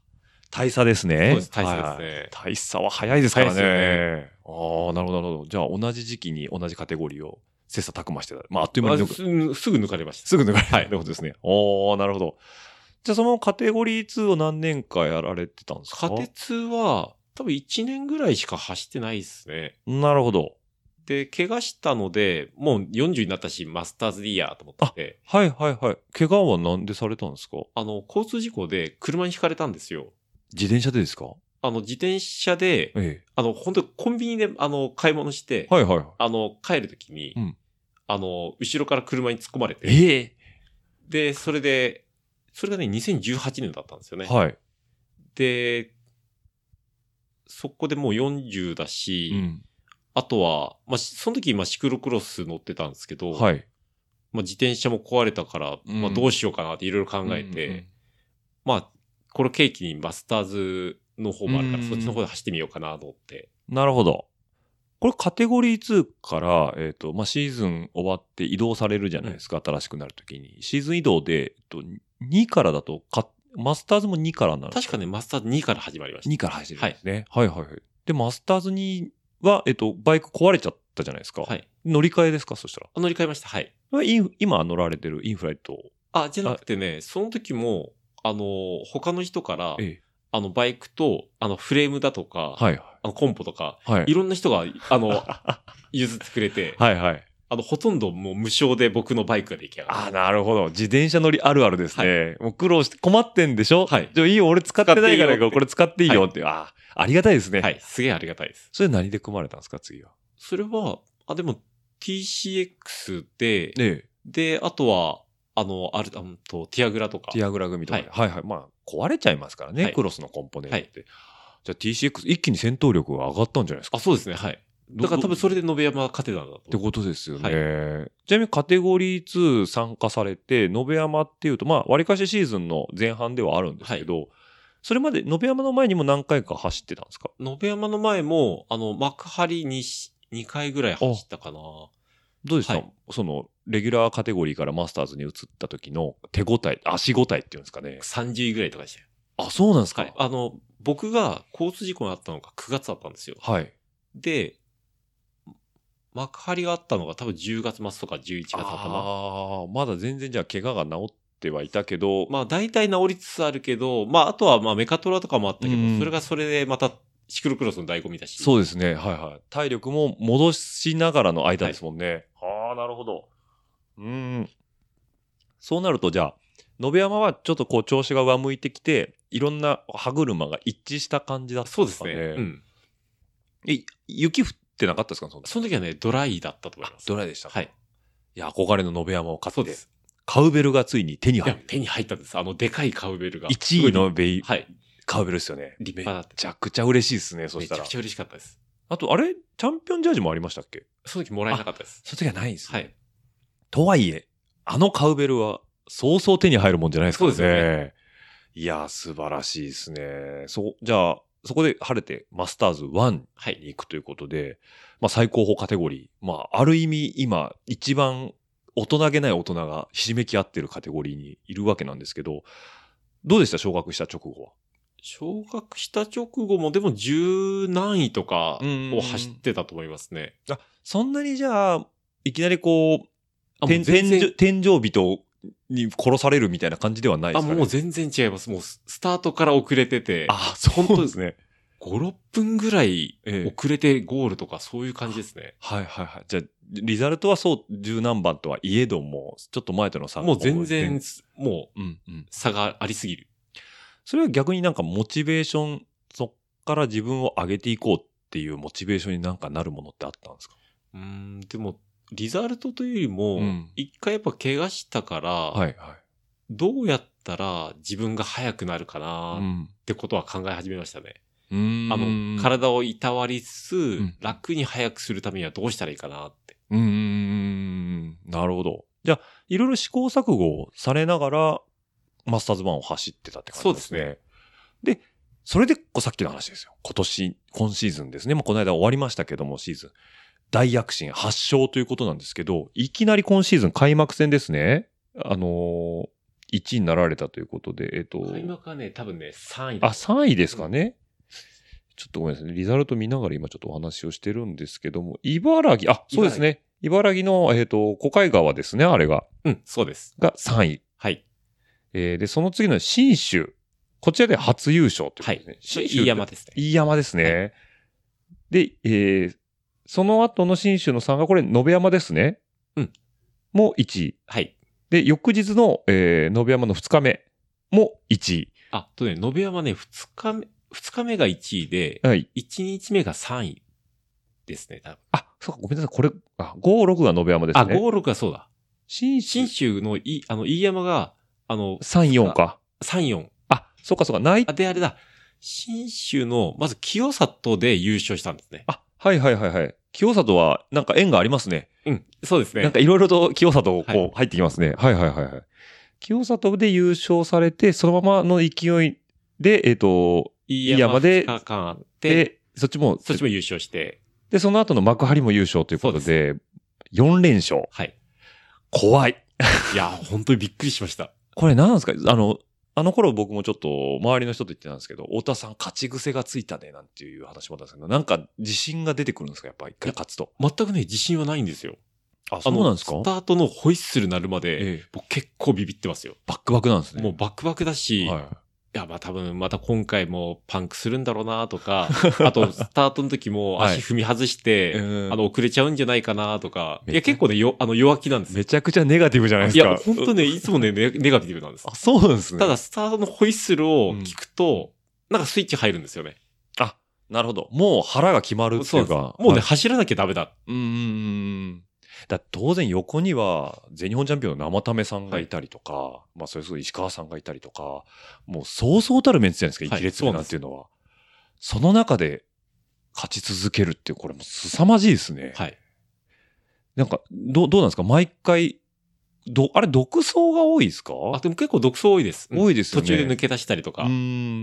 大差ですね。 そうです、大差ですね。 はい、大差は早いですからね。 ねああ、なるほど、なるほど。じゃあ同じ時期に同じカテゴリーを切磋琢磨してた。まあ、あっという間に抜く。すぐ抜かれました。 すぐ抜かれた。はい。ということですね。おー、なるほど。じゃあそのカテゴリーツーを何年かやられてたんですか？ カテツーは多分いちねんぐらいしか走ってないですね。 なるほど。 で、怪我したので、もうよんじゅうになったし、マスターズでいいやと思って。 はいはいはい。怪我はなんでされたんですか？ あの、交通事故で車にひかれたんですよ。 自転車でですか？ あの、自転車で、 ええ、 あの、本当にコンビニで、あの、買い物して、 はいはい。 あの、帰るときに、うん、あの、後ろから車に突っ込まれて、 ええ、 で、それで、それがね、にせんじゅうはちねんだったんですよね。 はい。 で、そこでもうよんじゅうだし、うん、あとは、まあ、その時、まあ、シクロクロス乗ってたんですけど、はい。まあ、自転車も壊れたから、うん、まあ、どうしようかなっていろいろ考えて、うんうんうん、まあ、これ契機にマスターズの方もあるから、そっちの方で走ってみようかなと思って。 なるほど。これカテゴリーツーから、えっと、まあ、シーズン終わって移動されるじゃないですか、うん、新しくなるときに。シーズン移動で、えっと、にからだとか、マスターズもにからなるんですか？ 確かね、マスターズにから始まりました。 にから始まるんですね。はい、はい、はいはい。で、マスターズには、えっと、バイク壊れちゃったじゃないですか。はい。乗り換えですか？そしたら。 乗り換えました。はい。 今乗られてるインフライト。 あ、じゃなくてね、その時も、あの、他の人から、ええ、あの、バイクと、あの、フレームだとか、はい、あの、コンポとか、はい、いろんな人が、あの、譲ってくれて、はいはい。あの、ほとんどもう無償で僕のバイクが出来上がる。 ああ、なるほど。自転車乗りあるあるですね。はい、もう苦労して困ってんでしょ？はい。じゃあいいよ、俺使ってないからこれ使っていいよって。はい、ああ、ありがたいですね。 はい。すげえありがたいです。 それ何で組まれたんですか、次は。 それは、あ、でも ティーシーエックス で、ええ、で、あとは、あの、ある、あと、ティアグラとか。 ティアグラ組とか。はい、はいはい。まあ、壊れちゃいますからね、はい、クロスのコンポネントって。はい、じゃあ ティーシーエックス 一気に戦闘力が上がったんじゃないですか？ あ、そうですね、はい。だから多分それで延山勝てたんだと。 ってことですよね。はい、ちなみにカテゴリーツー参加されて、延山っていうと、まあ、割かしシーズンの前半ではあるんですけど、はい、それまで延山の前にも何回か走ってたんですか？ 延山の前も、あの、幕張ににかいぐらい走ったかな。 どうですか、はい、その、レギュラーカテゴリーからマスターズに移った時の手応え、足応えっていうんですかね。 さんじゅういぐらいとかでしたよ。 あ、そうなんですか？ はい。あの、僕が交通事故にあったのがくがつだったんですよ。はい。で、幕張があったのが多分じゅうがつ末とかじゅういちがつ頭。 ああ、まだ全然じゃあ怪我が治ってはいたけど。 まあ大体治りつつあるけど、まああとはまあメカトラとかもあったけど、うん、それがそれでまたシクロクロスの醍醐味だし。 そうですね。はいはい。体力も戻しながらの間ですもんね。はい、ああ、なるほど。うん。そうなるとじゃあ、延山はちょっとこう調子が上向いてきて、いろんな歯車が一致した感じだったんですかね。そうですね。うん。え、雪降ってなかったですか？その時。 その時はね、ドライだったと思います。 ドライでした。 はい。 いや、憧れの延山を買って。そうです。カウベルがついに手に入る。いや、 手に入ったんです。あの、でかいカウベルが。 いちいのベイ、はい。カウベルですよね。 立派だった。 めちゃくちゃ嬉しいですね、そしたら。 めちゃくちゃ嬉しかったです。 あと、あれチャンピオンジャージもありましたっけ？ その時もらえなかったです。 その時はないんですね。はい。とはいえ、あのカウベルは、そうそう手に入るもんじゃないですかね。そうですよね。いや、素晴らしいですね。そう、じゃあ、そこで晴れてマスターズワンに行くということで、はい、まあ最高峰カテゴリー。まあ、ある意味今、一番大人げない大人がひしめき合ってるカテゴリーにいるわけなんですけど、どうでした？昇格した直後は。 昇格した直後もでも十何位とかを走ってたと思いますね。 あ、そんなにじゃあ、いきなりこう、天井人に殺されるみたいな感じではないですかね。 あ、もう全然違います。もうスタートから遅れてて。 あ、そうですね。 ご、ろっぷんぐらい遅れてゴールとかそういう感じですね。 はいはいはい。じゃあ、リザルトはそう十何番とはいえども、ちょっと前との差が。 もう全然、もう、差がありすぎる。 それは逆になんかモチベーション、そっから自分を上げていこうっていうモチベーションになんかなるものってあったんですか？ うーん、でも、リザルトというよりも、一、うん、回やっぱ怪我したから、はいはい、どうやったら自分が速くなるかなってことは考え始めましたね。うん、あの、体をいたわりつつ、うん、楽に速くするためにはどうしたらいいかなって。 うーん、なるほど。じゃあ、いろいろ試行錯誤をされながら、マスターズワンを走ってたって感じですね。そうですね。で、それで、さっきの話ですよ。今年、今シーズンですね。まあ、この間終わりましたけども、シーズン。大躍進はち勝ということなんですけど、いきなり今シーズン開幕戦ですね。あのー、 いちいになられたということで、えっと。 開幕はね、多分ね、さんいだ。 あ、さんいですかね。うん、ちょっとごめんなさいね。リザルト見ながら今ちょっとお話をしてるんですけども、茨城、あ、そうですね。茨城の、えっと、小海川ですね、あれが。 うん、そうです。 がさんい。 はい。 えー、で、その次の信州。こちらで初優勝ということですね。はい。 信州。飯山ですね。 飯山ですね。はい、で、えー、その後の信州のさんがこれ、延山ですね。 うん。 もいちい。 はい。 で、翌日の、えー、延山のふつかめもいちい。 あ、とね、延山ね、ふつかめ、ふつかめがいちいで、 はい。 いちにちめがさんいですね、多分。 あ、そうか、ごめんなさい。これ、あ、ご、ろくが延山ですね。 あ、ご、ろくがそうだ。 信州。 信州のい、あの、飯山が、あの、 さん、よんか。 さん、よん。 あ、そうかそうか、ない。 あ、で、あれだ。信州の、まず清里で優勝したんですね。 あ、はいはいはいはい。清里は、なんか縁がありますね。 うん、そうですね。 なんかいろいろと清里をこう入ってきますね。はい、はい、はいはいはい。清里で優勝されて、そのままの勢いで、えっ、ー、と、飯山で、で、そっちも、 そっちも優勝して。 で、その後の幕張も優勝ということで、よんれん勝。 はい。 怖い。 いや、本当にびっくりしました。 これ何なんですか？あの、あの頃僕もちょっと周りの人と言ってたんですけど、太田さん勝ち癖がついたねなんていう話もあったんですけど、なんか自信が出てくるんですか？やっぱ一回勝つと。 全くね、自信はないんですよ。 あ、そうなんですか？ スタートのホイッスルなるまで、ええ、僕結構ビビってますよ。 バックバクなんですね。 もうバックバクだし、はい、いや、まあ多分また今回もパンクするんだろうなとか、あとスタートの時も足踏み外して、はい、あの遅れちゃうんじゃないかなとか、いや結構ね、よ、あの弱気なんです。 めちゃくちゃネガティブじゃないですか。 いや、本当ね、いつもね、ネガティブなんです。 あ、そうなんですね。 ただスタートのホイッスルを聞くと、うん、なんかスイッチ入るんですよね。 あ、なるほど。もう腹が決まるっていうか。 もうね、はい、走らなきゃダメだ。 うーん。だ当然横には全日本チャンピオンの生為さんがいたりとか、はい、まあそれこそ石川さんがいたりとか、もうそうそうたるメンツじゃないですか、一列目なんていうのは。その中で勝ち続けるってこれも凄まじいですね。 はい。 なんか、ど、どうなんですか毎回、ど、あれ独走が多いですか？ あ、でも結構独走多いです。 多いですよね。 途中で抜け出したりとか。 うん。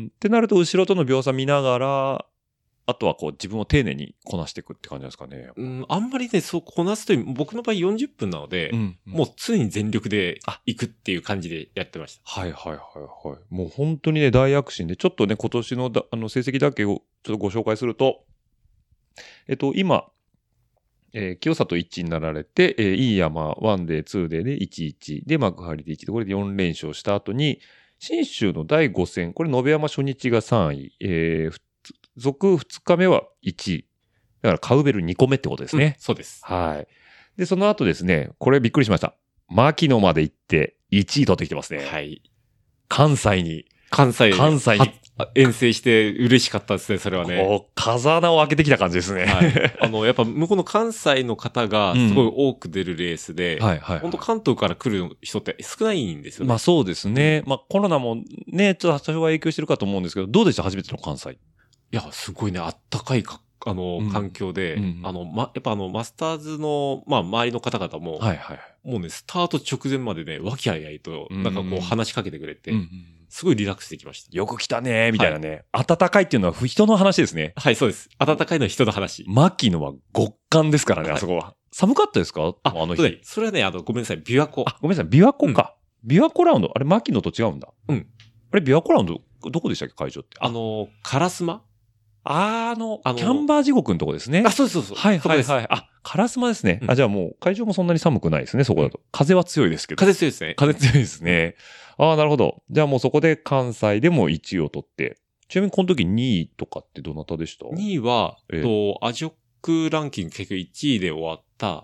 ってなると後ろとの秒差見ながら、あとはこう自分を丁寧にこなしていくって感じですかね。 うん、あんまりね、そうこなすという、僕の場合よんじゅっぷんなので、うんうん、もう常に全力で行くっていう感じでやってました。 はいはいはいはい。もう本当にね、大躍進で、ちょっとね、今年のだあの成績だけをちょっとご紹介すると、えっと、今、えー、清里いちいになられて、えー、飯山いちデー、にデーでいちいち、で、幕張でいちで、これでよんれん勝した後に、信州のだいご戦、これ延山初日がさんい、えー、続ふつかめはいちい。だからカウベルにこめってことですね。 うん、そうです。 はい。で、その後ですね、これびっくりしました。牧野まで行っていちい取ってきてますね。 はい。 関西に。 関西関西に。 遠征して嬉しかったですね、それはね。 こう、風穴を開けてきた感じですね。 はい。あの、やっぱ向こうの関西の方がすごい多く出るレースで、 うん、はいはい、はい。 本当関東から来る人って少ないんですよね。 まあそうですね。まあコロナもね、ちょっと多少は影響してるかと思うんですけど、どうでした初めての関西？ いや、すごいね、あったかいか、あの、うん、環境で、うんうん、あの、ま、やっぱあの、マスターズの、まあ、周りの方々も、 はいはい。 もうね、スタート直前までね、和気あいあいと、なんかこう話しかけてくれて、うんうん、すごいリラックスできました。 よく来たね、みたいなね、はい。暖かいっていうのは人の話ですね。 はい、そうです。暖かいのは人の話。 牧野は極寒ですからね、あそこは。はい、寒かったですか？ あ、あの日。ね、それはね、あの、ごめんなさい、琵琶湖。 あ、ごめんなさい、琵琶湖か。うん、琵琶湖ラウンド。あれ、牧野と違うんだ。 うん。 あれ、琵琶湖ラウンド、どこでしたっけ、会場って。 あの、烏丸あの、あの、キャンバー地獄のとこですね。 あ、そうそうそう。 はいはいはい。あ、烏丸ですね。うん、あ、じゃあもう会場もそんなに寒くないですね、そこだと。風は強いですけど。 風強いですね。 風強いですね。ああ、なるほど。じゃあもうそこで関西でもいちいを取って。ちなみにこの時にいとかってどなたでした？ にいは、えー、と、アジョックランキング結局いちいで終わった、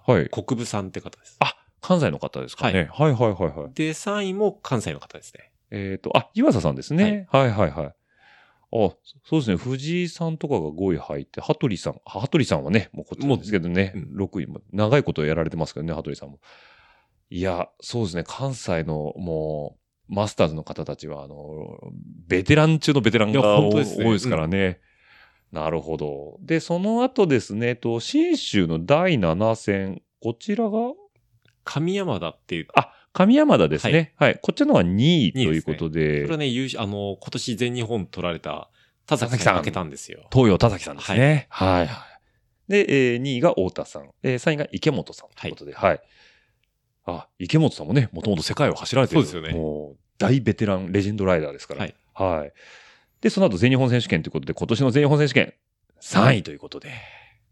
はい、国分さんって方です。 あ、関西の方ですかね。はい、はいはいはいはい。 で、さんいも関西の方ですね。 えっ、ー、と、あ、岩佐さんですね。はい、はい、はいはいあ、そうですね。藤井さんとかがごい入って、羽鳥さん、羽鳥さんはね、もうこっちですけどね、ろくい、長いことやられてますけどね、羽鳥さんも。いや、そうですね。関西のもう、マスターズの方たちは、あの、ベテラン中のベテランが多いですからね。うん、なるほど。で、その後ですね、と、信州のだいなな戦、こちらが上山田っていう。 あ、上山田ですね。はい。はい、こっちのがにいということで。 でね、それはね、優勝、あの、今年全日本取られた田崎さんが負けたんですよ。 東洋田崎さんですね。はい。はい、はい。で、えー、にいが太田さん。えー、さんいが池本さんということで。はい。はい、あ、池本さんもね、もともと世界を走られてる。 そうですよね。 もう、 大ベテラン、レジェンドライダーですから。 はい。 はい。で、その後全日本選手権ということで、今年の全日本選手権さんいということで。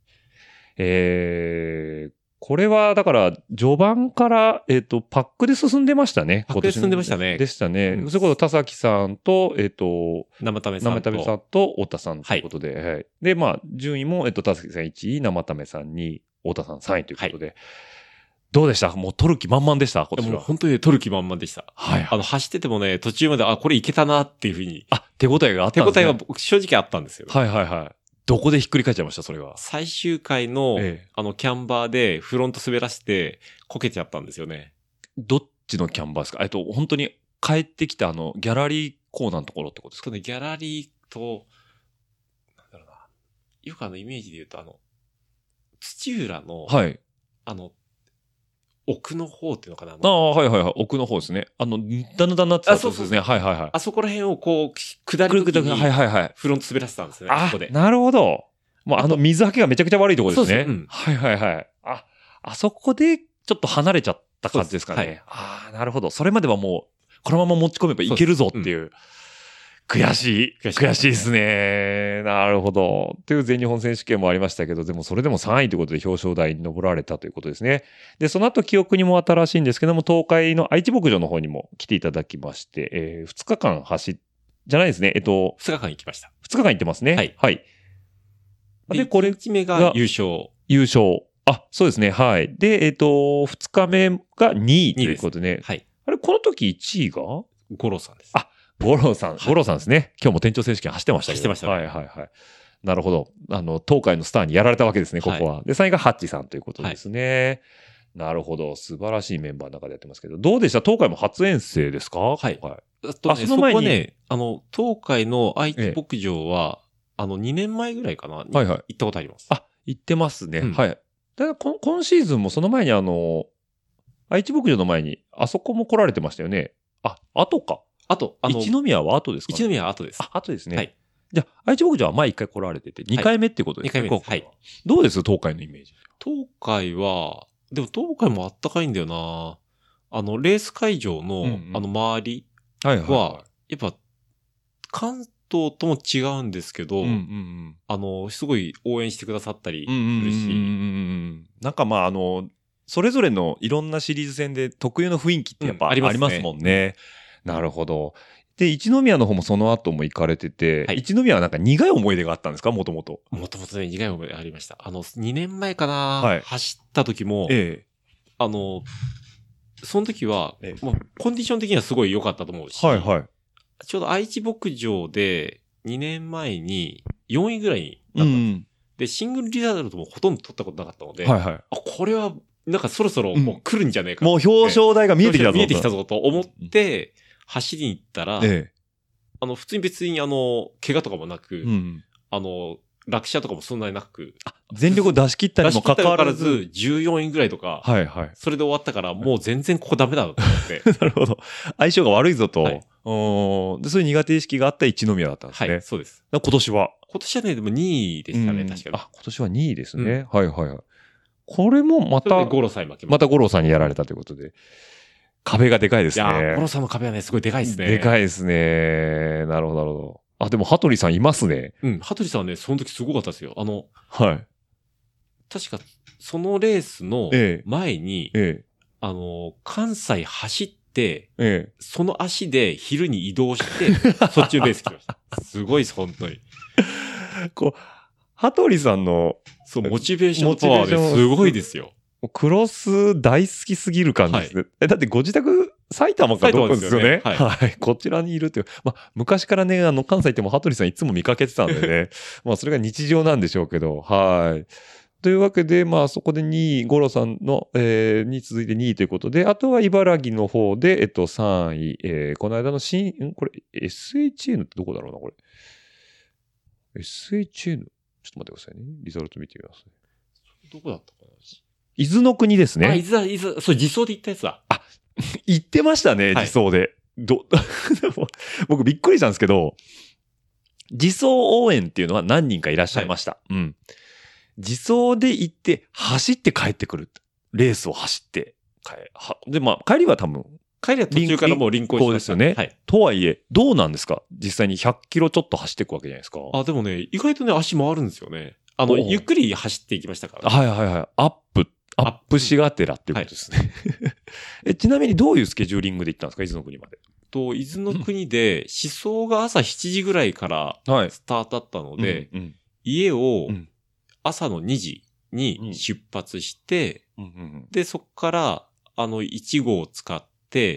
えー、これは、だから、序盤から、えっ、ー、と、パックで進んでましたね。 パックで進んでましたね。 でしたね。うん、それこそ、田崎さんと、えっ、ー、と、 生為さんと。 生為さんと、太田さんということで、はい。はい、で、まあ、順位も、えっ、ー、と、田崎さんいちい、生為さんにい、太田さんさんいということで、はい、どうでした？もう取る気満々でした？今年は。 もう本当に取る気満々でした。 はい。 あの、走っててもね、途中まで、あ、これいけたなっていうふうに。 あ、手応えがあったんですね。 手応えは正直あったんですよ。 はいはいはい。どこでひっくり返っちゃいました、それは。 最終回の、ええ、あの、キャンバーでフロント滑らして、こけちゃったんですよね。 どっちのキャンバーですか？えっと、本当に帰ってきたあの、ギャラリーコーナーのところってことですか？ そうね、ギャラリーと、なんだろうな。よくあの、イメージで言うと、あの、土浦の、はい。あの、奥の方っていうのかな。 ああ、はいはいはい。奥の方ですね。あの、だんだんなってたそうですね。はいはいはい。 あそこら辺をこう、下る時に、はいはいはい。フロント滑らせたんですね。 あ、 ここで。 なるほど。もうあの水はけがめちゃくちゃ悪いところですね。そうです、うん。はいはいはい。あ、あそこでちょっと離れちゃった感じですかね。はい、ああ、なるほど。それまではもう、このまま持ち込めばいけるぞっていう。悔しい。悔しい、悔しいですね。なるほど。という全日本選手権もありましたけど、でもそれでもさんいということで表彰台に上られたということですね。で、その後記憶にも新しいんですけども、東海の愛知牧場の方にも来ていただきまして、えー、ふつかかん走っ、じゃないですね。えっと、 ふつかかん行きました。 ふつかかん行ってますね。はい。はい。 で、これいちにちめが優勝。 優勝。あ、そうですね。はい。で、えっと、ふつかめがにいということでね。 はい。 あれ、この時いちいが五郎さんです。 あ、五郎さん、五郎さんですね。今日も店長選手権走ってましたけど。 走ってましたね。 はいはいはい。なるほど。あの、東海のスターにやられたわけですね、ここは。はい、で、さんいがハッチさんということですね。はい、なるほど。素晴らしいメンバーの中でやってますけど。どうでした？東海も初遠征ですか？ はい。はい、あとね、その前に。そこはね、あの、東海の愛知牧場は、ええ、あの、にねんまえぐらいかな。はいはい。行ったことあります。 あ、行ってますね。うん、はい。だから今、今シーズンもその前にあの、愛知牧場の前に、あそこも来られてましたよね。あ、後か。 あと、あの、 一宮は後ですか、ね、 一宮は後です。 あ、後ですね。 はい。 じゃあ、愛知牧場は前一回来られてて、にかいめってことですね。 はい、にかいめです。はい。 どうです東海のイメージ？ 東海は、でも東海もあったかいんだよな。あの、レース会場の、うんうん、あの、周りは、はいはいはい、やっぱ、関東とも違うんですけど、うんうんうん、あの、すごい応援してくださったりするし。 なんかまあ、あの、それぞれのいろんなシリーズ戦で特有の雰囲気ってやっぱ、うん、ありますもんね。なるほど。で、一宮の方もその後も行かれてて、はい、一宮はなんか苦い思い出があったんですか？もともと。 もともとね、苦い思い出ありました。あの、にねんまえかな、はい、走った時も、ええ、あの、その時は、ええ、もうコンディション的にはすごい良かったと思うし、はいはい、ちょうど愛知牧場でにねんまえによんいぐらいになったんです。うん、で、シングルリザルトもほとんど取ったことなかったので、はいはい、あ、これは、なんかそろそろもう来るんじゃねえか、 うん、もう表彰台が見えてきたぞ。 見えてきたぞと思って、走りに行ったら、ええ、あの、普通に別にあの、怪我とかもなく、うん、あの、落車とかもそんなになく、 あ、全力を出し切ったにもかかわらず、 出し切ったにもかかわらずじゅうよんいぐらいとか、はいはい。それで終わったから、もう全然ここダメだと思って。 なるほど。相性が悪いぞと。はい、おでそういう苦手意識があった一宮だったんですね。 はい、そうです。 今年は今年はね、でもにいでしたね、確かに。 あ、今年はにいですね。うん、はいはいはい。これもまた、 五郎さんに負けました。 また五郎さんにやられたということで。壁がでかいですね。いや、五郎さんの壁はね、すごいでかいですね。 でかいですね。なるほど、なるほど。あ、でも、羽鳥さんいますね。 うん、羽鳥さんはね、その時すごかったですよ。あの、 はい。 確か、そのレースの前に、ええええ、あの、関西走って、ええ、その足で昼に移動して、そっちのレース来ました。すごいです、本当に。 こう、羽鳥さんの、 そう、モチベーションパワーですごいですよ。 クロス大好きすぎる感じですね。はい、えだってご自宅埼玉かどうかですよね。はい、はい。こちらにいるっていう。まあ、昔からね、あの、関西行っても羽鳥さんいつも見かけてたんでね。まあ、それが日常なんでしょうけど、はい。というわけで、まあ、そこでにい、五郎さんの、えー、に続いてにいということで、あとは茨城の方で、えっと、さんい、えー、この間の新、んこれ、エスエイチエヌ ってどこだろうな、これ。エスエイチエヌ? ちょっと待ってくださいね。リザルト見てみますね。 どこだったかな。 伊豆の国ですね。 あ、伊豆だ、伊豆、そう、自走で行ったやつだ。 あ、行ってましたね、自走で。はい、ど、僕びっくりしたんですけど、自走応援っていうのは何人かいらっしゃいました。はい、うん。自走で行って、走って帰ってくる。レースを走って帰、は、で、まあ、帰りは多分、 帰りは途中からもう臨行しました。 ですよね。はい。とはいえ、どうなんですか？実際にひゃくキロちょっと走っていくわけじゃないですか。 あ、でもね、意外とね、足回るんですよね。あの、ゆっくり走っていきましたから、 ね。はいはいはい。アップ、アップしがてらっていうことですね。はい、えちなみにどういうスケジューリングで行ったんですか？伊豆の国まで。 と、伊豆の国で、思想が朝しちじぐらいからスタートだったので、はいうんうん、家を朝のにじに出発して、うんうんうん、で、そこから、あの、いちごうを使って、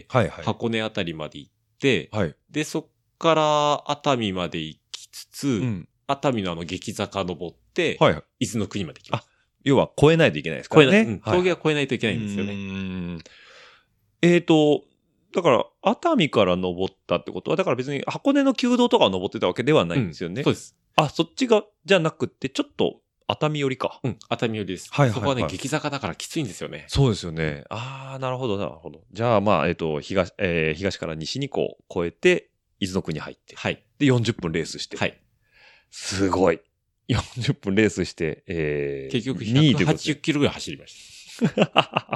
はいはい、箱根あたりまで行って、はい、で、そこから熱海まで行きつつ、うん、熱海のあの激坂登って、はい、伊豆の国まで行きました。 要は越えないといけないですからね。 越えない。うん、峠は越えないといけないんですよね。はい、 うんえっと、だから、熱海から登ったってことは、だから別に箱根の旧道とかを登ってたわけではないんですよね。 うん、そうです。 あ、そっちが、じゃなくて、ちょっと、熱海寄りか。 うん、熱海寄りです。はいはいはい。そこはね、激坂だからきついんですよね。 そうですよね。ああ、なるほど、なるほど。じゃあ、まあ、えっと、東、えー、東から西にこう、越えて、伊豆の国入って。はい。で、よんじゅっぷんレースして。はい。すごい。よんじゅっぷんレースして、えー、 結局ひゃくはちじゅっキロぐらい走りました。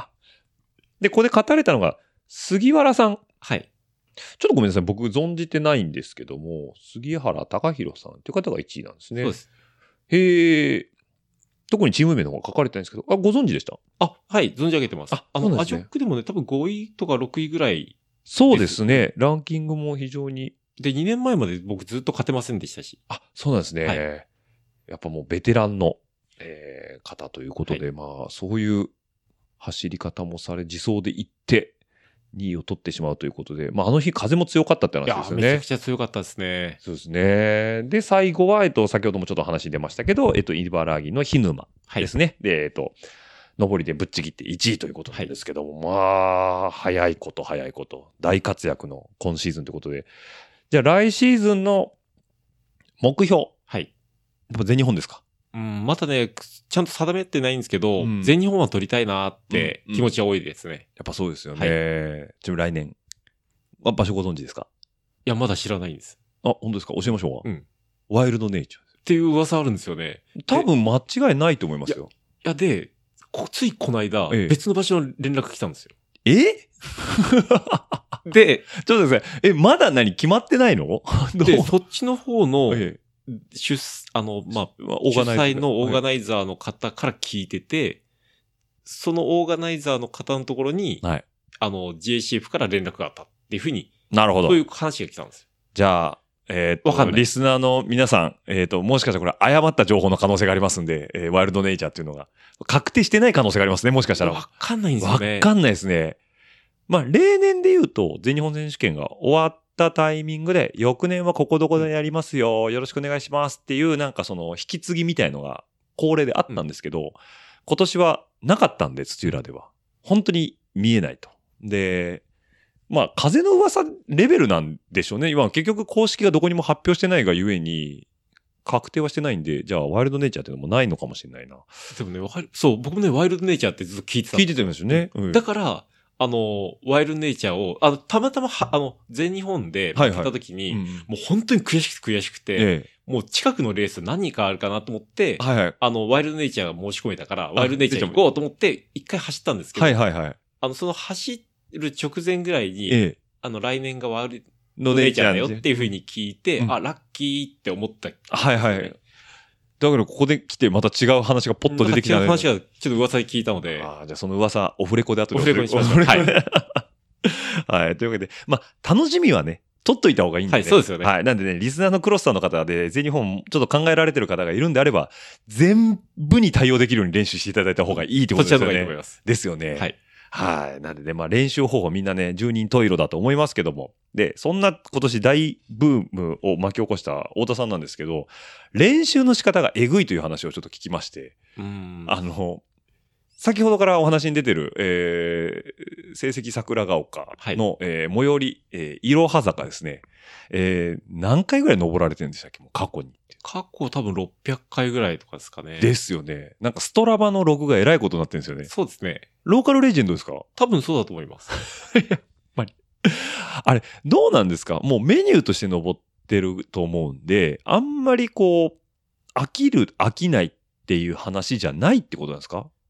で、ここで語れたのが、杉原さん。 はい。 ちょっとごめんなさい。僕存じてないんですけども、杉原隆弘さんという方がいちいなんですね。 そうです。 へえ。特にチーム名の方が書かれてないんですけど、あ、ご存知でした？ あ、はい、存じ上げてます。あ、あの、ね、アジョックでもね、多分ごいとかろくいぐらい。 そうですね。ランキングも非常に。 で、にねんまえまで僕ずっと勝てませんでしたし。 あ、そうなんですね。はい、やっぱもうベテランの、えー、方ということで、はい、まあ、そういう走り方もされ、自走で行って、にいを取ってしまうということで、まあ、あの日風も強かったって話ですよね。 いや、めちゃくちゃ強かったですね。 そうですね。で、最後は、えっと、先ほどもちょっと話出ましたけど、えっと、茨城の日沼ですね。はい、で、えっと、上りでぶっちぎっていちいということなんですけども、はい、まあ、早いこと、早いこと、大活躍の今シーズンということで、じゃあ来シーズンの目標。 はい。 やっぱ全日本ですか？ うん、またね、ちゃんと定めてないんですけど、うん、全日本は取りたいなって気持ちは多いですね。うんうん、 やっぱそうですよね。はい、ちなみに来年、あ、場所ご存知ですか？ いや、まだ知らないんです。 あ、本当ですか？教えましょうか。 うん。 ワイルドネイチャーっていう噂あるんですよね。 多分間違いないと思いますよ。 いや、いやで、ついこの間、ええ、別の場所の連絡来たんですよ。 えで、ちょっとですね、え、まだ何決まってないの？ で、そっちの方の、ええ、主、あの、まあ、主催のオーガナイザーの方から聞いてて、はい、そのオーガナイザーの方のところに、はい、あの、ジェーシーエフ から連絡があったっていうふうに、 なるほど。 そういう話が来たんですよ。 じゃあ、えー、っと、リスナーの皆さん、えー、っと、もしかしたらこれ誤った情報の可能性がありますんで、えー、ワイルドネイチャーっていうのが、確定してない可能性がありますね、もしかしたら。 わかんないんですよね。 わかんないですね。まあ、例年で言うと、全日本選手権が終わったタイミングで、翌年はここどこでやりますよ、よろしくお願いしますっていう、なんかその、引き継ぎみたいのが恒例であったんですけど、うん、今年はなかったんで、土浦では。本当に見えないと。で、まあ、風の噂レベルなんでしょうね。今、結局公式がどこにも発表してないがゆえに、確定はしてないんで、じゃあ、ワイルドネイチャーっていうのもないのかもしれないな。 でもね、わかる。そう、僕もね、ワイルドネイチャーってずっと聞いてた。 聞いてたんですよね。 うん、だから、あの、ワイルドネイチャーを、あの、たまたまは、あの、全日本で見た時に、はいはいうん、もう本当に悔しくて悔しくて、ええ、もう近くのレース何かあるかなと思って、はいはい、あの、ワイルドネイチャーが申し込めたから、ワイルドネイチャー行こうと思って、一回走ったんですけど、はいはいはい。あの、その走る直前ぐらいに、ええ、あの、来年がワイルドネイチャーだよっていう風に聞いて、うん、あ、ラッキーって思った、ね。 はいはい。だからここで来てまた違う話がポッと出てきたので。 違う話がちょっと噂で聞いたので。 ああ、じゃあその噂、オフレコで後で。 オフレコにしましょう。はい。 はい。というわけで、まあ、楽しみはね、取っといた方がいいんでね。 はい、そうですよね。 はい。なんでね、リスナーのクロスさんの方で、全日本ちょっと考えられてる方がいるんであれば、全部に対応できるように練習していただいた方がいいってことですよね。そちらの方がいいと思います。ですよね。はい。はい。なんでね、まあ練習方法みんなね、十人十色だと思いますけども。で、そんな今年大ブームを巻き起こした太田さんなんですけど、練習の仕方がえぐいという話をちょっと聞きまして、うんあの、先ほどからお話に出てる、えー、成績桜ヶ丘の、はい、えー、最寄り、えー、いろは坂ですね。えー、何回ぐらい登られてるんでしたっけもう過去に。 過去多分ろっぴゃっかいぐらいとかですかね。 ですよね。なんかストラバのログがえらいことになってるんですよね。 そうですね。 ローカルレジェンドですか？ 多分そうだと思います。 やっぱり。あれ、どうなんですか？もうメニューとして登ってると思うんで、あんまりこう、飽きる、飽きないっていう話じゃないってことなんですか？ う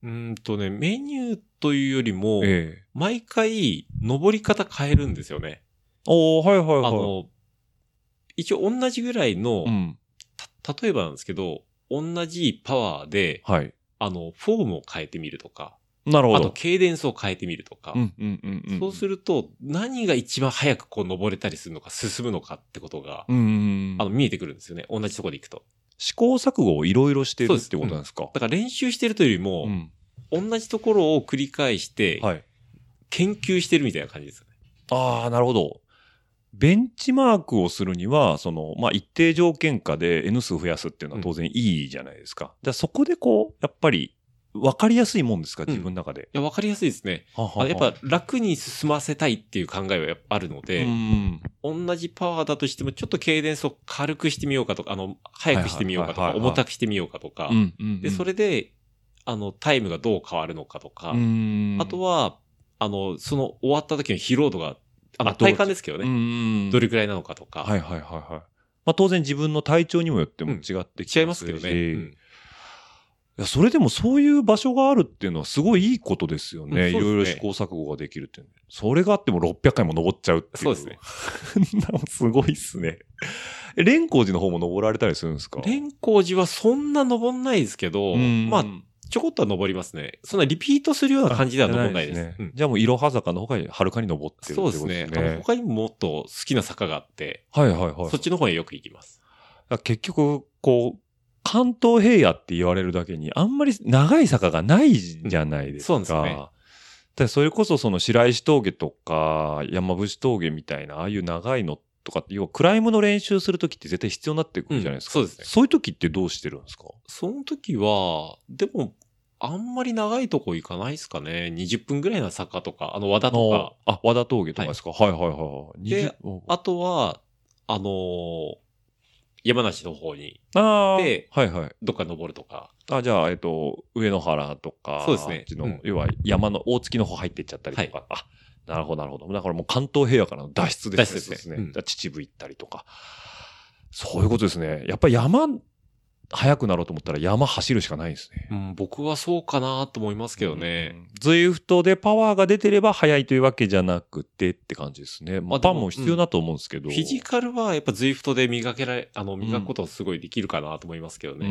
うーんとね、メニューというよりも、ええ、毎回、登り方変えるんですよね。 おー、はいはいはい。 あの、一応同じぐらいの、うん、た、例えばなんですけど、同じパワーで、はい、あの、フォームを変えてみるとか、なるほど。あと、ケイデンスを変えてみるとか、うんうんうんうん、そうすると、何が一番早くこう登れたりするのか、進むのかってことが、うんうん、あの、見えてくるんですよね。同じところで行くと。 試行錯誤をいろいろしてるってことなんですか？うん、 だから練習してるというよりも、うん、同じところを繰り返して、はい、研究してるみたいな感じですよね。 ああ、なるほど。ベンチマークをするには、その、まあ、一定条件下で N 数増やすっていうのは当然いいじゃないですか。うん、じゃあそこでこう、やっぱり、分かりやすいもんですか、自分の中で。 うん、いや、分かりやすいですね。はははやっぱ楽に進ませたいっていう考えはあるので、うん、同じパワーだとしても、ちょっとケイデンスを軽くしてみようかとか、あの、早くしてみようかとか、重たくしてみようかとか、で、それで、あの、タイムがどう変わるのかとか、あとは、あの、その終わった時の疲労度が、あの、体感ですけどね。どれくらいなのかとか。 はいはいはいはい。まあ当然自分の体調にもよっても違ってきますし、 うん、違いますけどね。うんいや、それでもそういう場所があるっていうのはすごいいいことですよね。いろいろ試行錯誤ができるっていう。それがあってもろっぴゃっかいも登っちゃうっていう。 そうですね。 すごいっすね。え、蓮光寺の方も登られたりするんですか？ 蓮光寺はそんな登んないですけど、まあ、ちょこっとは登りますね。そんなリピートするような感じでは登んないです。ですね。 うん、じゃあもういろは坂の他にはるかに登ってるってことですね。 そうですね。あの他にももっと好きな坂があって、 はいはいはい。 そっちの方へよく行きます。 結局、こう、関東平野って言われるだけにあんまり長い坂がないじゃないですか。 うん、そうなんですね。 でそれこそその白石峠とか山伏峠みたいなああいう長いのとかって要はクライムの練習するときって絶対必要になってくるじゃないですか。 うん、そうですね。 そういうときってどうしてるんですか？ その時は、でも、あんまり長いとこ行かないですかね。にじゅっぷんぐらいの坂とか、あの和田とか。 あ、和田峠とかですか？はい、はい、はいはい。 で、あとは、あのー、山梨の方に行って、はいはい。どっか登るとか。 あ、じゃあ、えっと、上野原とか、 そうですね。 のうん、要は山の大月の方入っていっちゃったりとか。はい、あ、なるほど、なるほど。だからもう関東平野からの脱出ですね。脱出ですね。うん、秩父行ったりとか。そういうことですね。やっぱり山、速くなろうと思ったら山走るしかないですね。 うん、僕はそうかなと思いますけどね。 ズイフトでパワーが出てれば速いというわけじゃなくてって感じですね。まあ、パンも必要だと思うんですけど、 うん。フィジカルはやっぱズイフトで磨けられ、あの、磨くことすごいできるかなと思いますけどね。うん、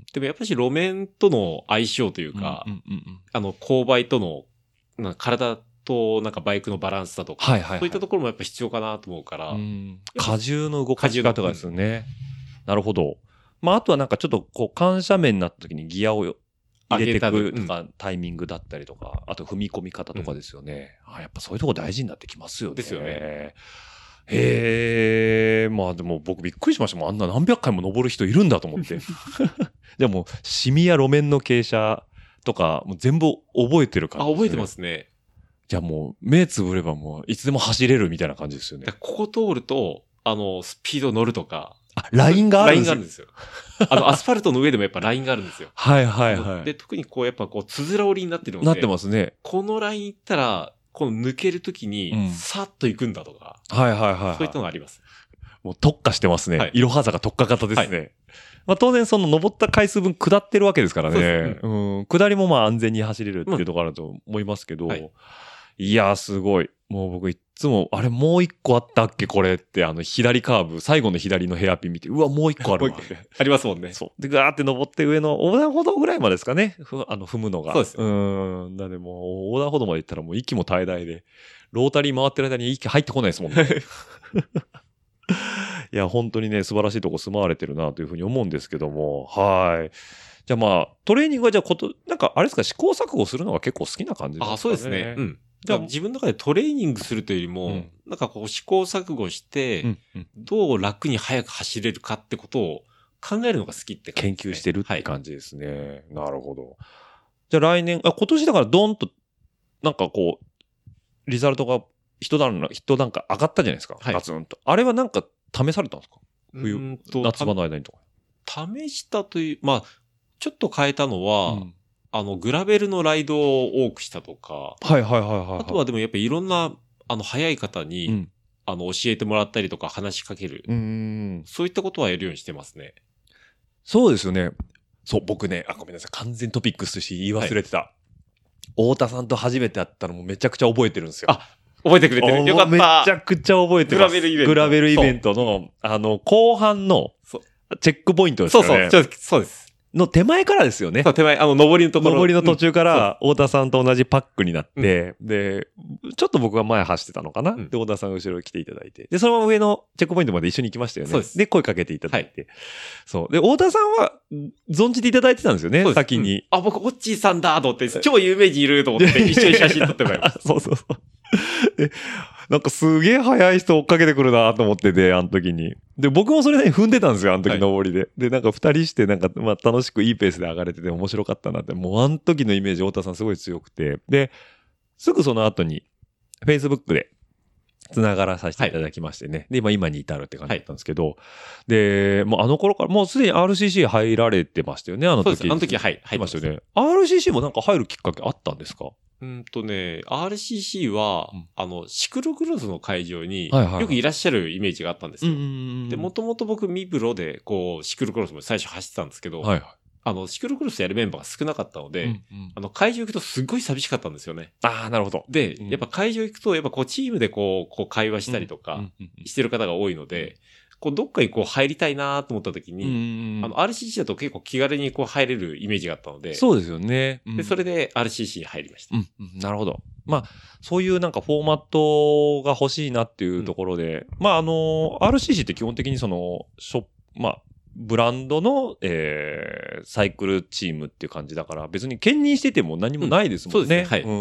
でもやっぱり路面との相性というか、うんうんうんうん、あの、勾配との、なんか体となんかバイクのバランスだとか、はいはいはい、そういったところもやっぱ必要かなと思うから。うん、 荷重の動かし方がですよね。なるほど。まあ、あとはなんかちょっとこう、緩斜面になった時にギアを入れていくとか、タイミングだったりとか、あと踏み込み方とかですよね。うん、あやっぱそういうとこ大事になってきますよね。 ですよね。 へえ、まあでも僕びっくりしましたもん。あんな何百回も登る人いるんだと思って。でも、シミや路面の傾斜とか、もう全部覚えてるから、 ね。あ、覚えてますね。 じゃあもう、目つぶればもう、いつでも走れるみたいな感じですよね。 ここ通ると、あの、スピード乗るとか、 あ、ラインがあるんですよ。 ラインがあるんですよ。あの、アスファルトの上でもやっぱラインがあるんですよ。 はいはいはい。 で、特にこう、やっぱこう、つづら折りになってるので。 なってますね。 このライン行ったら、この抜けるときに、さっと行くんだとか。 うん、はいはいはい、はい。 そういったのがあります。 もう特化してますね。はい、いろは坂特化型ですね。はい、まあ当然その登った回数分下ってるわけですからね。う、うん、下りもまあ安全に走れるっていうところあると思いますけど。うんはい、いやーすごい。もう僕いつも、あれもう一個あったっけこれって、あの左カーブ、最後の左のヘアピン見て、うわ、もう一個あるわ。 ありますもんね。 そう。で、ガーって登って上の横断歩道ぐらいまでですかね。あの、踏むのが。 そうです。 うん。だでもう、横断歩道まで行ったらもう息も絶え絶えで、ロータリー回ってる間に息入ってこないですもんね。いや、本当にね、素晴らしいとこ住まわれてるなというふうに思うんですけども、はい。じゃあまあ、トレーニングはじゃあこと、なんかあれですか、試行錯誤するのが結構好きな感じですかね。 あ、そうですね。うん。じゃあ自分の中でトレーニングするというよりも、うん、なんかこう試行錯誤して、うんうん、どう楽に速く走れるかってことを考えるのが好きって感じですね。 研究してるって感じですね。はい、なるほど。じゃあ来年、あ、今年だからドーンと、なんかこう、リザルトが一段、一段階上がったじゃないですか。はい、ガツンと。あれはなんか試されたんですか？冬、夏場の間にとか。 試したという、まあ、ちょっと変えたのは、うんあの、グラベルのライドを多くしたとか。 はいはいはいはい、はい。 あとはでもやっぱりいろんな、あの、早い方に、うん、あの、教えてもらったりとか話しかける。うん。そういったことはやるようにしてますね。 そうですよね。そう、僕ね、あ、ごめんなさい。完全トピックスし言い忘れてた。はい、 太田さんと初めて会ったのもめちゃくちゃ覚えてるんですよ。 あ、覚えてくれてる。よかった。 めちゃくちゃ覚えてます。 グラベルイベント。 グラベルイベントの、あの、後半の、チェックポイントですよね。 そうそう、そうです。 の手前からですよね。 そう、手前、あの、上りのところ。 上りの途中から、太田さんと同じパックになって、うん、で、ちょっと僕が前走ってたのかな、うん、で、太田さんが後ろに来ていただいて、で、そのまま上のチェックポイントまで一緒に行きましたよね。 そうです。 で、声かけていただいて。はい、そう。で、太田さんは、存じていただいてたんですよね、先に、うん。 あ、僕、オッチーさんだと思って、超有名人いると思って、一緒に写真撮ってもらいました。 そうそうそう。で、なんかすげえ速い人追っかけてくるなと思ってて、あの時に。で、僕もそれね、踏んでたんですよ、あの時登りで。はい、で、なんか二人して、なんか、まあ楽しくいいペースで上がれてて面白かったなって、もうあの時のイメージ、太田さんすごい強くて。で、すぐその後に、Facebook で繋がらさせていただきましてね。はい、で、今、今に至るって感じだったんですけど、はい、で、もうあの頃から、もうすでに アールシーシー 入られてましたよね、あの時。 そうです。あの時、はい、 入ってましたよね。アールシーシー もなんか入るきっかけあったんですか？ うんとね、アールシーシー は、うん、あの、シクロクロスの会場に、よくいらっしゃるイメージがあったんですよ。で、もともと僕、ミブロで、こう、シクロクロスも最初走ってたんですけど、はいはい、あの、シクロクロスやるメンバーが少なかったので、うんうん、あの、会場行くとすっごい寂しかったんですよね。 ああ、なるほど。 で、うん、やっぱ会場行くと、やっぱこう、チームでこう、こう会話したりとか、してる方が多いので、こう、どっかにこう入りたいなと思った時に、あの、アールシーシー だと結構気軽にこう入れるイメージがあったので。 そうですよね。 うん、で、それで アールシーシー に入りました。 うん、うん、なるほど。まあ、そういうなんかフォーマットが欲しいなっていうところで、うん、まあ、あの、アールシーシー って基本的にその、ショップ、まあ、ブランドの、えー、サイクルチームっていう感じだから、別に兼任してても何もないですもんね。うん、そうですね。はい。うん。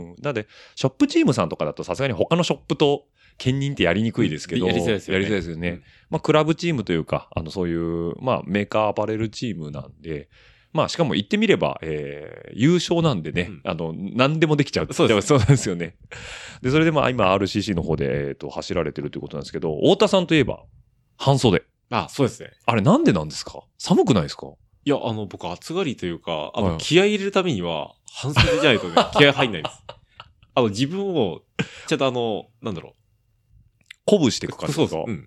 なので、ショップチームさんとかだとさすがに他のショップと、兼任ってやりにくいですけど、 やりづらいですよね。 やりづらいですよね。うん、まあ、クラブチームというか、あの、そういう、まあ、メーカーアパレルチームなんで、まあ、しかも言ってみれば、えー、優勝なんでね、うん、あの、何でもできちゃう。 そうです。 そうなんですよね。で、それでまあ、今 アールシーシー の方で、えっと、走られてるということなんですけど、太田さんといえば、半袖。 あ、そうですね。 あれなんでなんですか？寒くないですか？ いや、あの、僕、暑がりというか、あの、はい、気合い入れるためには、半袖じゃないとね、気合入んないです。あの、自分を、ちょっとあの、なんだろう。 鼓舞していく感じですか？ そうそう。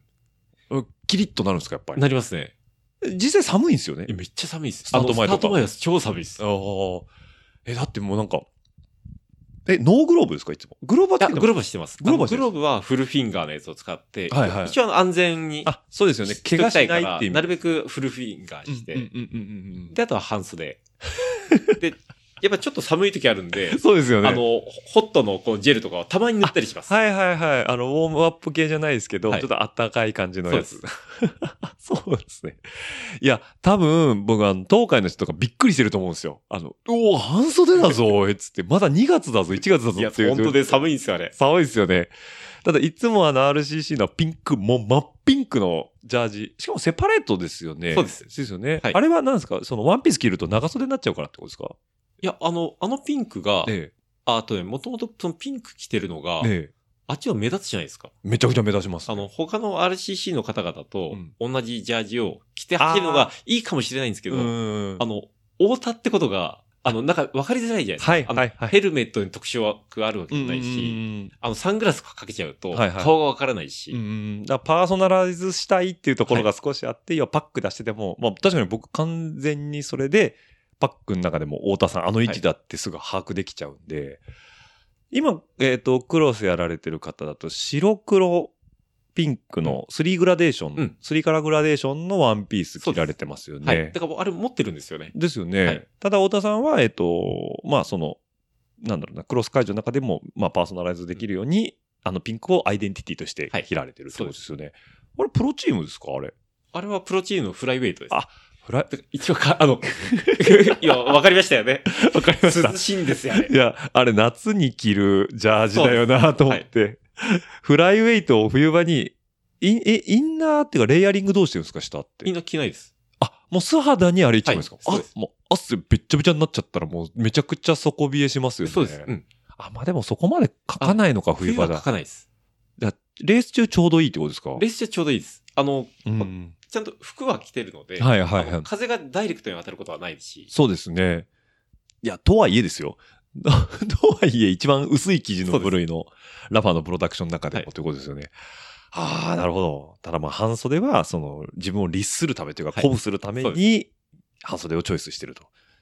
うん。キリッとなるんですか、やっぱり。 なりますね。 実際寒いんですよね。 めっちゃ寒いです。 スタート前とか。 スタート前は超寒いです。 ああ。え、だってもうなんか、え、ノーグローブですかいつも。グローブはつけてます？ グローブはしてます。 グローブはグローブはフルフィンガーのやつを使って、 はいはい、 一応安全に。 あ、そうですよね。怪我しないっていう。 なるべくフルフィンガーして。で、あとは半袖。で、やっぱちょっと寒い時あるんで、 そうですよね。 あの、ホットのこうジェルとかをたまに塗ったりします。 はいはいはい。あの、ウォームアップ系じゃないですけど、はい、ちょっとあったかい感じのやつ。そうですね。いや、多分、僕あの、東海の人とかびっくりしてると思うんですよ。あの、おお、半袖だぞ、つって、まだにがつだぞ、いちがつだぞっていう。 いや、本当で寒いんですよ、あれ。 寒いですよね。ただ、いつもあの アールシーシー のピンク、もう真っピンクのジャージ。しかもセパレートですよね。 そうです。 ですよね。 はい、 あれは何ですか？そのワンピース着ると長袖になっちゃうからってことですか？ いや、あの、あのピンクが、 ええ、 あとね、もともとそのピンク着てるのが、ええ、あっちは目立つじゃないですか。 めちゃくちゃ目立ちます、 ね。あの、他の アールシーシー の方々と、同じジャージを着て走るのがいいかもしれないんですけど、あ, あの、太田ってことが、あの、なんか分かりづらいじゃないですか。はい、はい、はい。ヘルメットに特徴があるわけじゃないし、あの、サングラスかけちゃうと、顔が分からないし。 はいはい、うんだパーソナライズしたいっていうところが少しあって、はい、要はパック出してても、まあ確かに僕完全にそれで、パックの中でも太田さんあの位置だってすぐ把握できちゃうんで、はい、今、えっと、クロスやられてる方だと白黒ピンクのスリーグラデーション、うん、スリーカラーグラデーションのワンピース着られてますよね。 はい。だからあれ持ってるんですよね。 ですよね。はい、ただ太田さんは、えっと、まあその、なんだろうな、クロス会場の中でも、まあパーソナライズできるように、うん、あのピンクをアイデンティティとして着られてるってことですよね。はい、あれプロチームですかあれ。 あれはプロチームのフライウェイトです。 あフライ一応か、あの、いや、わかりましたよね。 わかりました。 涼しいんですよね。 いや、あれ夏に着るジャージだよなと思って、はい、フライウェイトを冬場に、イン、え、インナーっていうかレイヤリングどうしてるんですか下って。 インナー着ないです。 あ、もう素肌にあれ一枚ですか、 はい、 あ、もう汗べっちゃべちゃになっちゃったらもうめちゃくちゃ底冷えしますよね。 そうです。うん。 あ、まあでもそこまで書かないのか、冬場だ。 冬は書かないです。 だレース中ちょうどいいってことですか？ レース中ちょうどいいです。あの、うん、ちゃんと服は着てるので、はいはいはい、風がダイレクトに当たることはないし。 そうですね。いや、とはいえですよ。とはいえ、一番薄い生地の部類のラファーのプロダクションの中でもということですよね。はい、ああ、なるほど。ただまあ、半袖は、その、自分を律するためというか、鼓舞するために、半袖をチョイスしてると。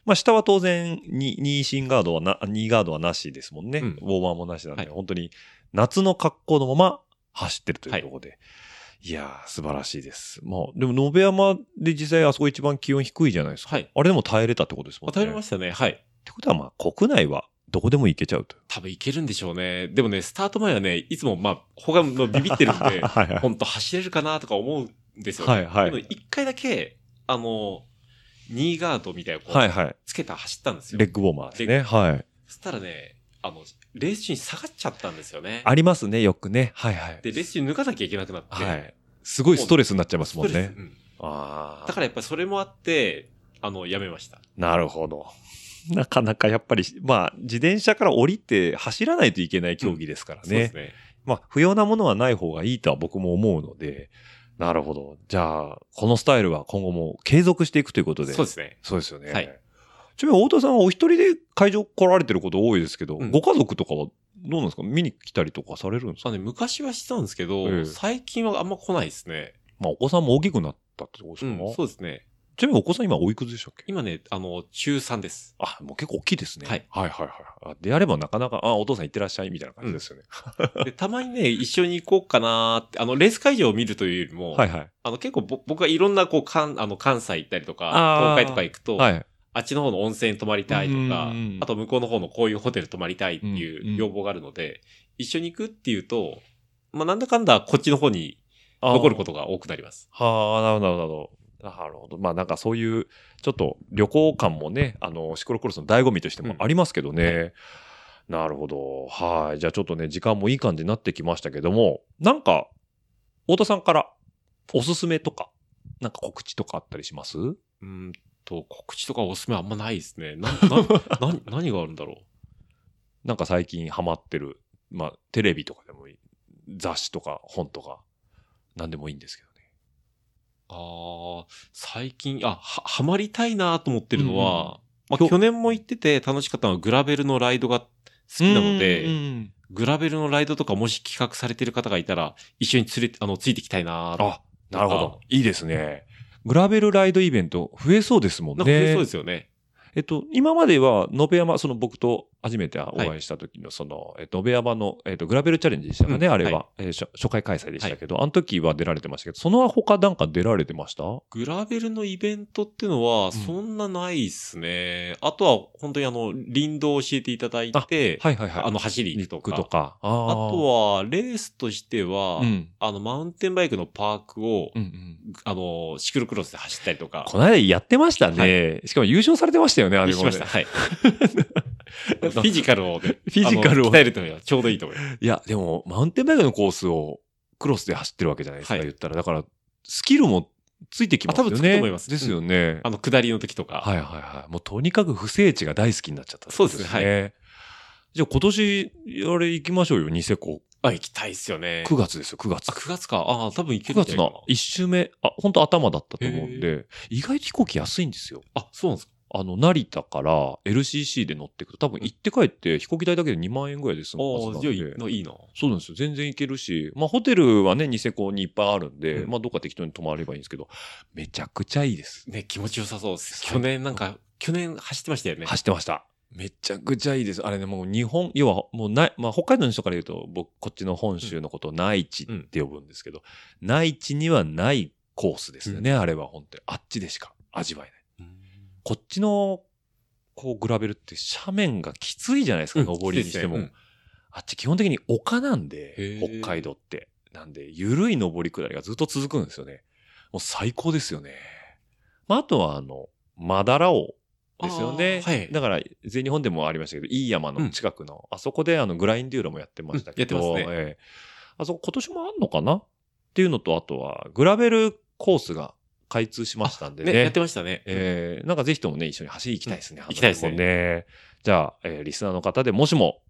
まあ下は当然に、に進ガードはな、にガードはなしですもんね。うん、ウォーマーもなしなんで、はい、本当に夏の格好のまま走ってるというところで。はい、いやー、素晴らしいです。まあ、でも、延山で実際あそこ一番気温低いじゃないですか。はい。あれでも耐えれたってことですもんね。 耐えれましたね。はい。 ってことは、まあ、国内はどこでも行けちゃうと。 多分行けるんでしょうね。でもね、スタート前はね、いつもまあ、他のビビってるんで、はいはい、本当走れるかなとか思うんですよね。はいはい。でも一回だけ、あの、ニーガードみたいなこう、はいはい、つけた走ったんですよ。 レッグウォーマーですね。はい。 そしたらね、あの、レース中に下がっちゃったんですよね。 ありますね、よくね。はいはい。 で、レース中に抜かなきゃいけなくなって。はい。 すごいストレスになっちゃいますもんね。うん、 あだからやっぱりそれもあって、あの、やめました。 なるほど。なかなかやっぱり、まあ、自転車から降りて走らないといけない競技ですからね。うん、そうですね。まあ、不要なものはない方がいいとは僕も思うので、なるほど。じゃあ、このスタイルは今後も継続していくということで。 そうですね。 そうですよね。はい。ちなみに太田さんはお一人で会場来られてること多いですけど、うん、ご家族とかはどうなんですか？見に来たりとかされるんですか？ ね、昔はしてたんですけど、ええ、最近はあんま来ないですね。 まあ、お子さんも大きくなったってことですか？ うん、そうですね。 ちなみにお子さん今おいくつでしたっけ？ 今ね、あの、中さんです。 あ、もう結構大きいですね。 はい。 はいはいはい。であればなかなか、あ、お父さん行ってらっしゃいみたいな感じですよね。 うん、でたまにね、一緒に行こうかなって、あの、レース会場を見るというよりも、はいはい。あの、結構ぼ僕はいろんな、こう、関、あの、関西行ったりとか、東海とか行くと、はい。あっちの方の温泉泊まりたいとか、あと向こうの方のこういうホテル泊まりたいっていう要望があるので、一緒に行くっていうと、まあ、なんだかんだこっちの方に残ることが多くなります。 はあ、なるほど、なるほど。なるほど。まあなんかそういう、ちょっと旅行感もね、あの、シクロクロスの醍醐味としてもありますけどね。うんはい、なるほど。はい。じゃあちょっとね、時間もいい感じになってきましたけども、なんか、太田さんからおすすめとか、なんか告知とかあったりします？ うんと、告知とかおすすめあんまないですね。な、な、な、何があるんだろう。 なんか最近ハマってる、まあテレビとかでもいい、雑誌とか本とか、なんでもいいんですけど。 ああ、最近、あ、は、はまりたいなと思ってるのは、うん、まあ、去年も行ってて楽しかったのはグラベルのライドが好きなので、うんうん、グラベルのライドとかもし企画されてる方がいたら、一緒に連れて、あの、ついてきたいなあ、なるほど。いいですね。グラベルライドイベント増えそうですもんね。 なんか増えそうですよね。 えっと、今までは、延山、その僕と初めてお会いした時の、その、はい、えっと、延山の、えっと、グラベルチャレンジでしたかね、うん、あれは、はい、えー、初回開催でしたけど、はい、あの時は出られてましたけど、その他なんか出られてました？ グラベルのイベントっていうのは、そんなないっすね。うん、あとは、本当にあの、林道を教えていただいて、 はいはいはい。 あの、走り行くとか。 とか。 あ, あとは、レースとしては、うん、あの、マウンテンバイクのパークを、うんうん、あの、シクロクロスで走ったりとか。 この間やってましたね。はい、しかも優勝されてましたよね、あれも、ね。 しました。はい。フィジカルを、ね、フィジカルを鍛えるためにはちょうどいいと思います。 いや、でも、マウンテンバイクのコースをクロスで走ってるわけじゃないですか、はい、言ったら。だから、スキルもついてきますよね。 多分つくと思います。 ですよね。うん、 あの、下りの時とか。 はいはいはい。もうとにかく不整地が大好きになっちゃった、ね。 そうですね。はい。 じゃあ今年、あれ行きましょうよ、ニセコ。 あ、行きたいっすよね。 くがつですよ、くがつ。 あ、くがつか。ああ、多分行けるくがつのいち週目、あ、本当頭だったと思うんで、意外と飛行機安いんですよ。 あ、そうなんですか。 あの、成田から エルシーシー で乗っていくと、多分行って帰って飛行機代だけでにまんえんぐらいで済むはずなんで。 ああ、じゃあいいな。 そうなんですよ。全然行けるし、まあホテルはね、ニセコにいっぱいあるんで、うん、まあどっか適当に泊まればいいんですけど、めちゃくちゃいいです。 ね、気持ちよさそうです。去年なんか、去年走ってましたよね。 走ってました。めちゃくちゃいいです。あれね、もう日本、要はもうない、まあ北海道の人から言うと、僕、こっちの本州のことを内地って呼ぶんですけど、うん、内地にはないコースですよね、うん、あれは本当に。あっちでしか味わえない。うん、こっちの、こうグラベルって斜面がきついじゃないですか、うん、登りにしても、ねうん。あっち基本的に丘なんで、北海道って。なんで、緩い登り下りがずっと続くんですよね。もう最高ですよね。まあ、あとはあの、マダラオですよね。はい。だから、全日本でもありましたけど、いい山の近くの、うん、あそこであの、グラインデューロもやってましたけど、うん、やってますね。えー、あそこ今年もあんのかなっていうのと、あとは、グラベルコースが開通しましたんでね。 ね、やってましたね。 えー、なんかぜひともね、一緒に走り行きたいですね。 うん、行きたいですね。 ね。じゃあ、えー、リスナーの方でもしも、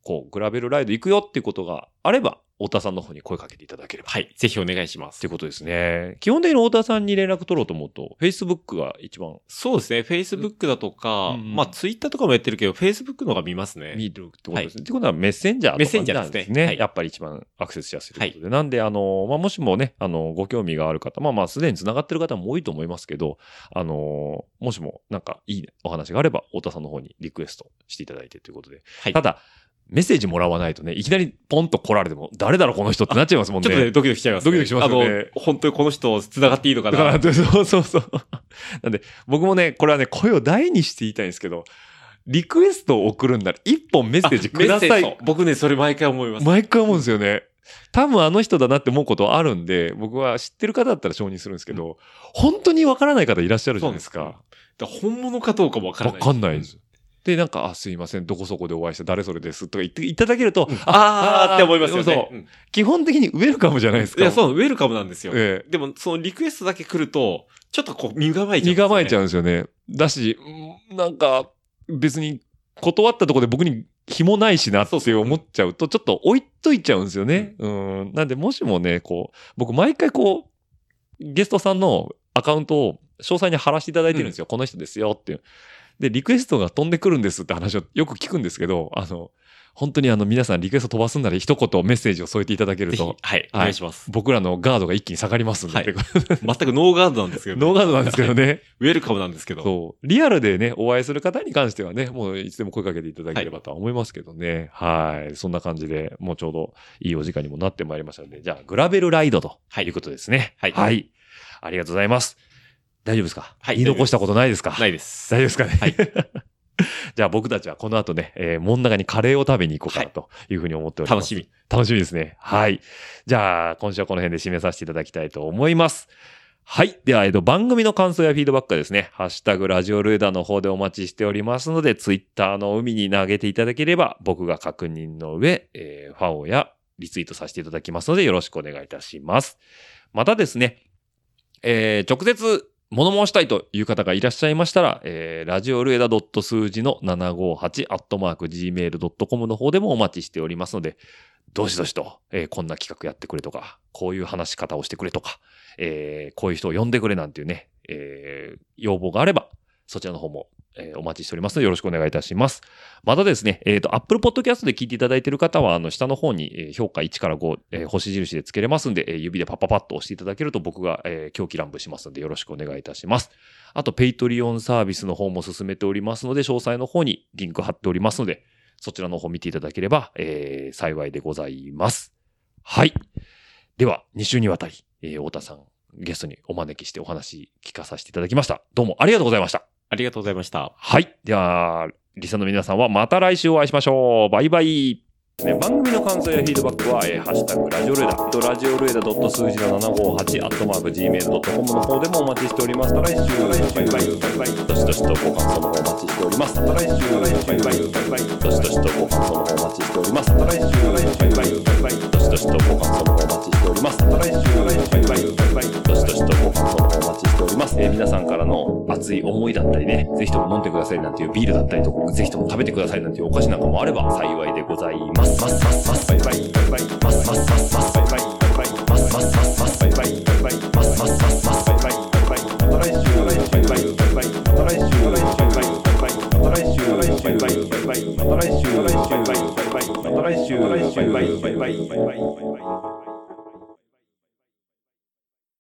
こう、グラベルライド行くよっていうことがあれば、太田さんの方に声かけていただければ。 はい。ぜひお願いします。 っていうことですね。基本的に太田さんに連絡取ろうと思うと、Facebook が一番。 そうですね。Facebook だとか、うん、まあ Twitter とかもやってるけど、Facebook の方が見ますね。 見るってことですね。はい、ってことはメッセンジャーとか、ね、 メッセンジャーですね。 はい、やっぱり一番アクセスしやすいということで。はい、なんで、あの、まあもしもね、あの、ご興味がある方、まあまあすでに繋がってる方も多いと思いますけど、あの、もしもなんかいいお話があれば、太田さんの方にリクエストしていただいてということで。はい、ただ、メッセージもらわないとね、いきなりポンと来られても、誰だろうこの人ってなっちゃいますもんね。 ちょっとね、ドキドキしちゃいます、ね。 ドキドキしますよね。 あの、本当にこの人繋がっていいのかな。 そうそうそう。なんで、僕もね、これはね、声を大にして言いたいんですけど、リクエストを送るんなら一本メッセージください。 僕ね、それ毎回思います。 毎回思うんですよね。多分あの人だなって思うことあるんで、僕は知ってる方だったら承認するんですけど、うん、本当にわからない方いらっしゃるじゃないですか。 だから本物かどうかもわからない。 わかんないです。で、なんか、あ、すいません、どこそこでお会いした誰それですとか言っていただけると、 うん、あーって思いますよね。そう、 うん。基本的にウェルカムじゃないですか。 いや、そう、ウェルカムなんですよ。ええ、でも、そのリクエストだけ来ると、ちょっとこう、身構えちゃうんですよね。 身構えちゃうんですよね。だし、なんか、別に断ったところで僕に紐ないしなって思っちゃうと、ちょっと置いといちゃうんですよね。うん、うん。なんで、もしもね、こう、僕毎回こう、ゲストさんのアカウントを詳細に貼らせていただいてるんですよ。うん、この人ですよっていう。で、リクエストが飛んでくるんですって話をよく聞くんですけど、あの、本当にあの皆さんリクエスト飛ばすんなら一言メッセージを添えていただけると、 はい、お願いします。 僕らのガードが一気に下がりますんで。はい、全くノーガードなんですけどね。ノーガードなんですけどね。 ウェルカムなんですけど。 そう。リアルでね、お会いする方に関してはね、もういつでも声かけていただければとは思いますけどね。はい。はい、そんな感じで、もうちょうどいいお時間にもなってまいりましたので、じゃあ、グラベルライドということですね。はい。はい。ありがとうございます。大丈夫ですか？はい。言い残したことないですか？ ないです。 大丈夫ですかね？はい。じゃあ僕たちはこの後ね、えー、真ん中にカレーを食べに行こうかなというふうに思っております。 楽しみ。 楽しみですね。はい。じゃあ、今週はこの辺で締めさせていただきたいと思います。はい。では、えっと、番組の感想やフィードバックはですね、ハッシュタグラジオルエダの方でお待ちしておりますので、ツイッターの海に投げていただければ、僕が確認の上、えー、ファオやリツイートさせていただきますので、よろしくお願いいたします。またですね、えー、直接、物申したいという方がいらっしゃいましたら、えー、ラジオルエダ数字のななごはちアットマーク ジーメールドットコム の方でもお待ちしておりますので、どしどしと、えー、こんな企画やってくれとか、こういう話し方をしてくれとか、えー、こういう人を呼んでくれなんていうね、えー、要望があれば、そちらの方も、えー、お待ちしておりますのでよろしくお願いいたします。またですね、えっと、Apple Podcast で聞いていただいている方は、あの、下の方に、えー、評価いちからご、えー、星印でつけれますんで、えー、指でパッパパッと押していただけると僕が、えー、狂気乱舞しますのでよろしくお願いいたします。あと、Patreon サービスの方も進めておりますので、詳細の方にリンク貼っておりますので、そちらの方見ていただければ、えー、幸いでございます。はい。では、に週にわたり、えー、太田さん、ゲストにお招きしてお話聞かさせていただきました。どうもありがとうございました。 ありがとうございました。 はい。では、リスナーの皆さんはまた来週お会いしましょう。バイバイ。ね、番組の感想やフィードバックは、えー、ハッシュタグラジオルエダ、ラジオルエダ数字のななごはちアットマーク ジーメールドットコム の方でもお待ちしております。来週、バイバイ、バイバイ、どしどしとご感想の方お待ちしております。来週、バイバイ、バイバイ、どしどしとご感想の方お待ちしております。来週、バイバイ、バイバイ、どしどしとご感想の方お待ちしております。来週、バイバイ、バイバイ、どしどしとご感想の方お待ちしております。えー、皆さんからの熱い思いだったりね、ぜひとも飲んでくださいなんていうビールだったりとか、ぜひとも食べてくださいなんていうお菓子なんかもあれば幸いでございます。ますますますバイバイバイバイマスマスマスマスバイバイバイバイマスマスマスマスバイバイバイバイマスマスマスマスバイバイバイバイまた来週バイバイバイバイまた来週バイバイバイバイまた来週バイバイバイバイまた来週バイバイバイバイまた来週バイバイバイバイバイバイバイ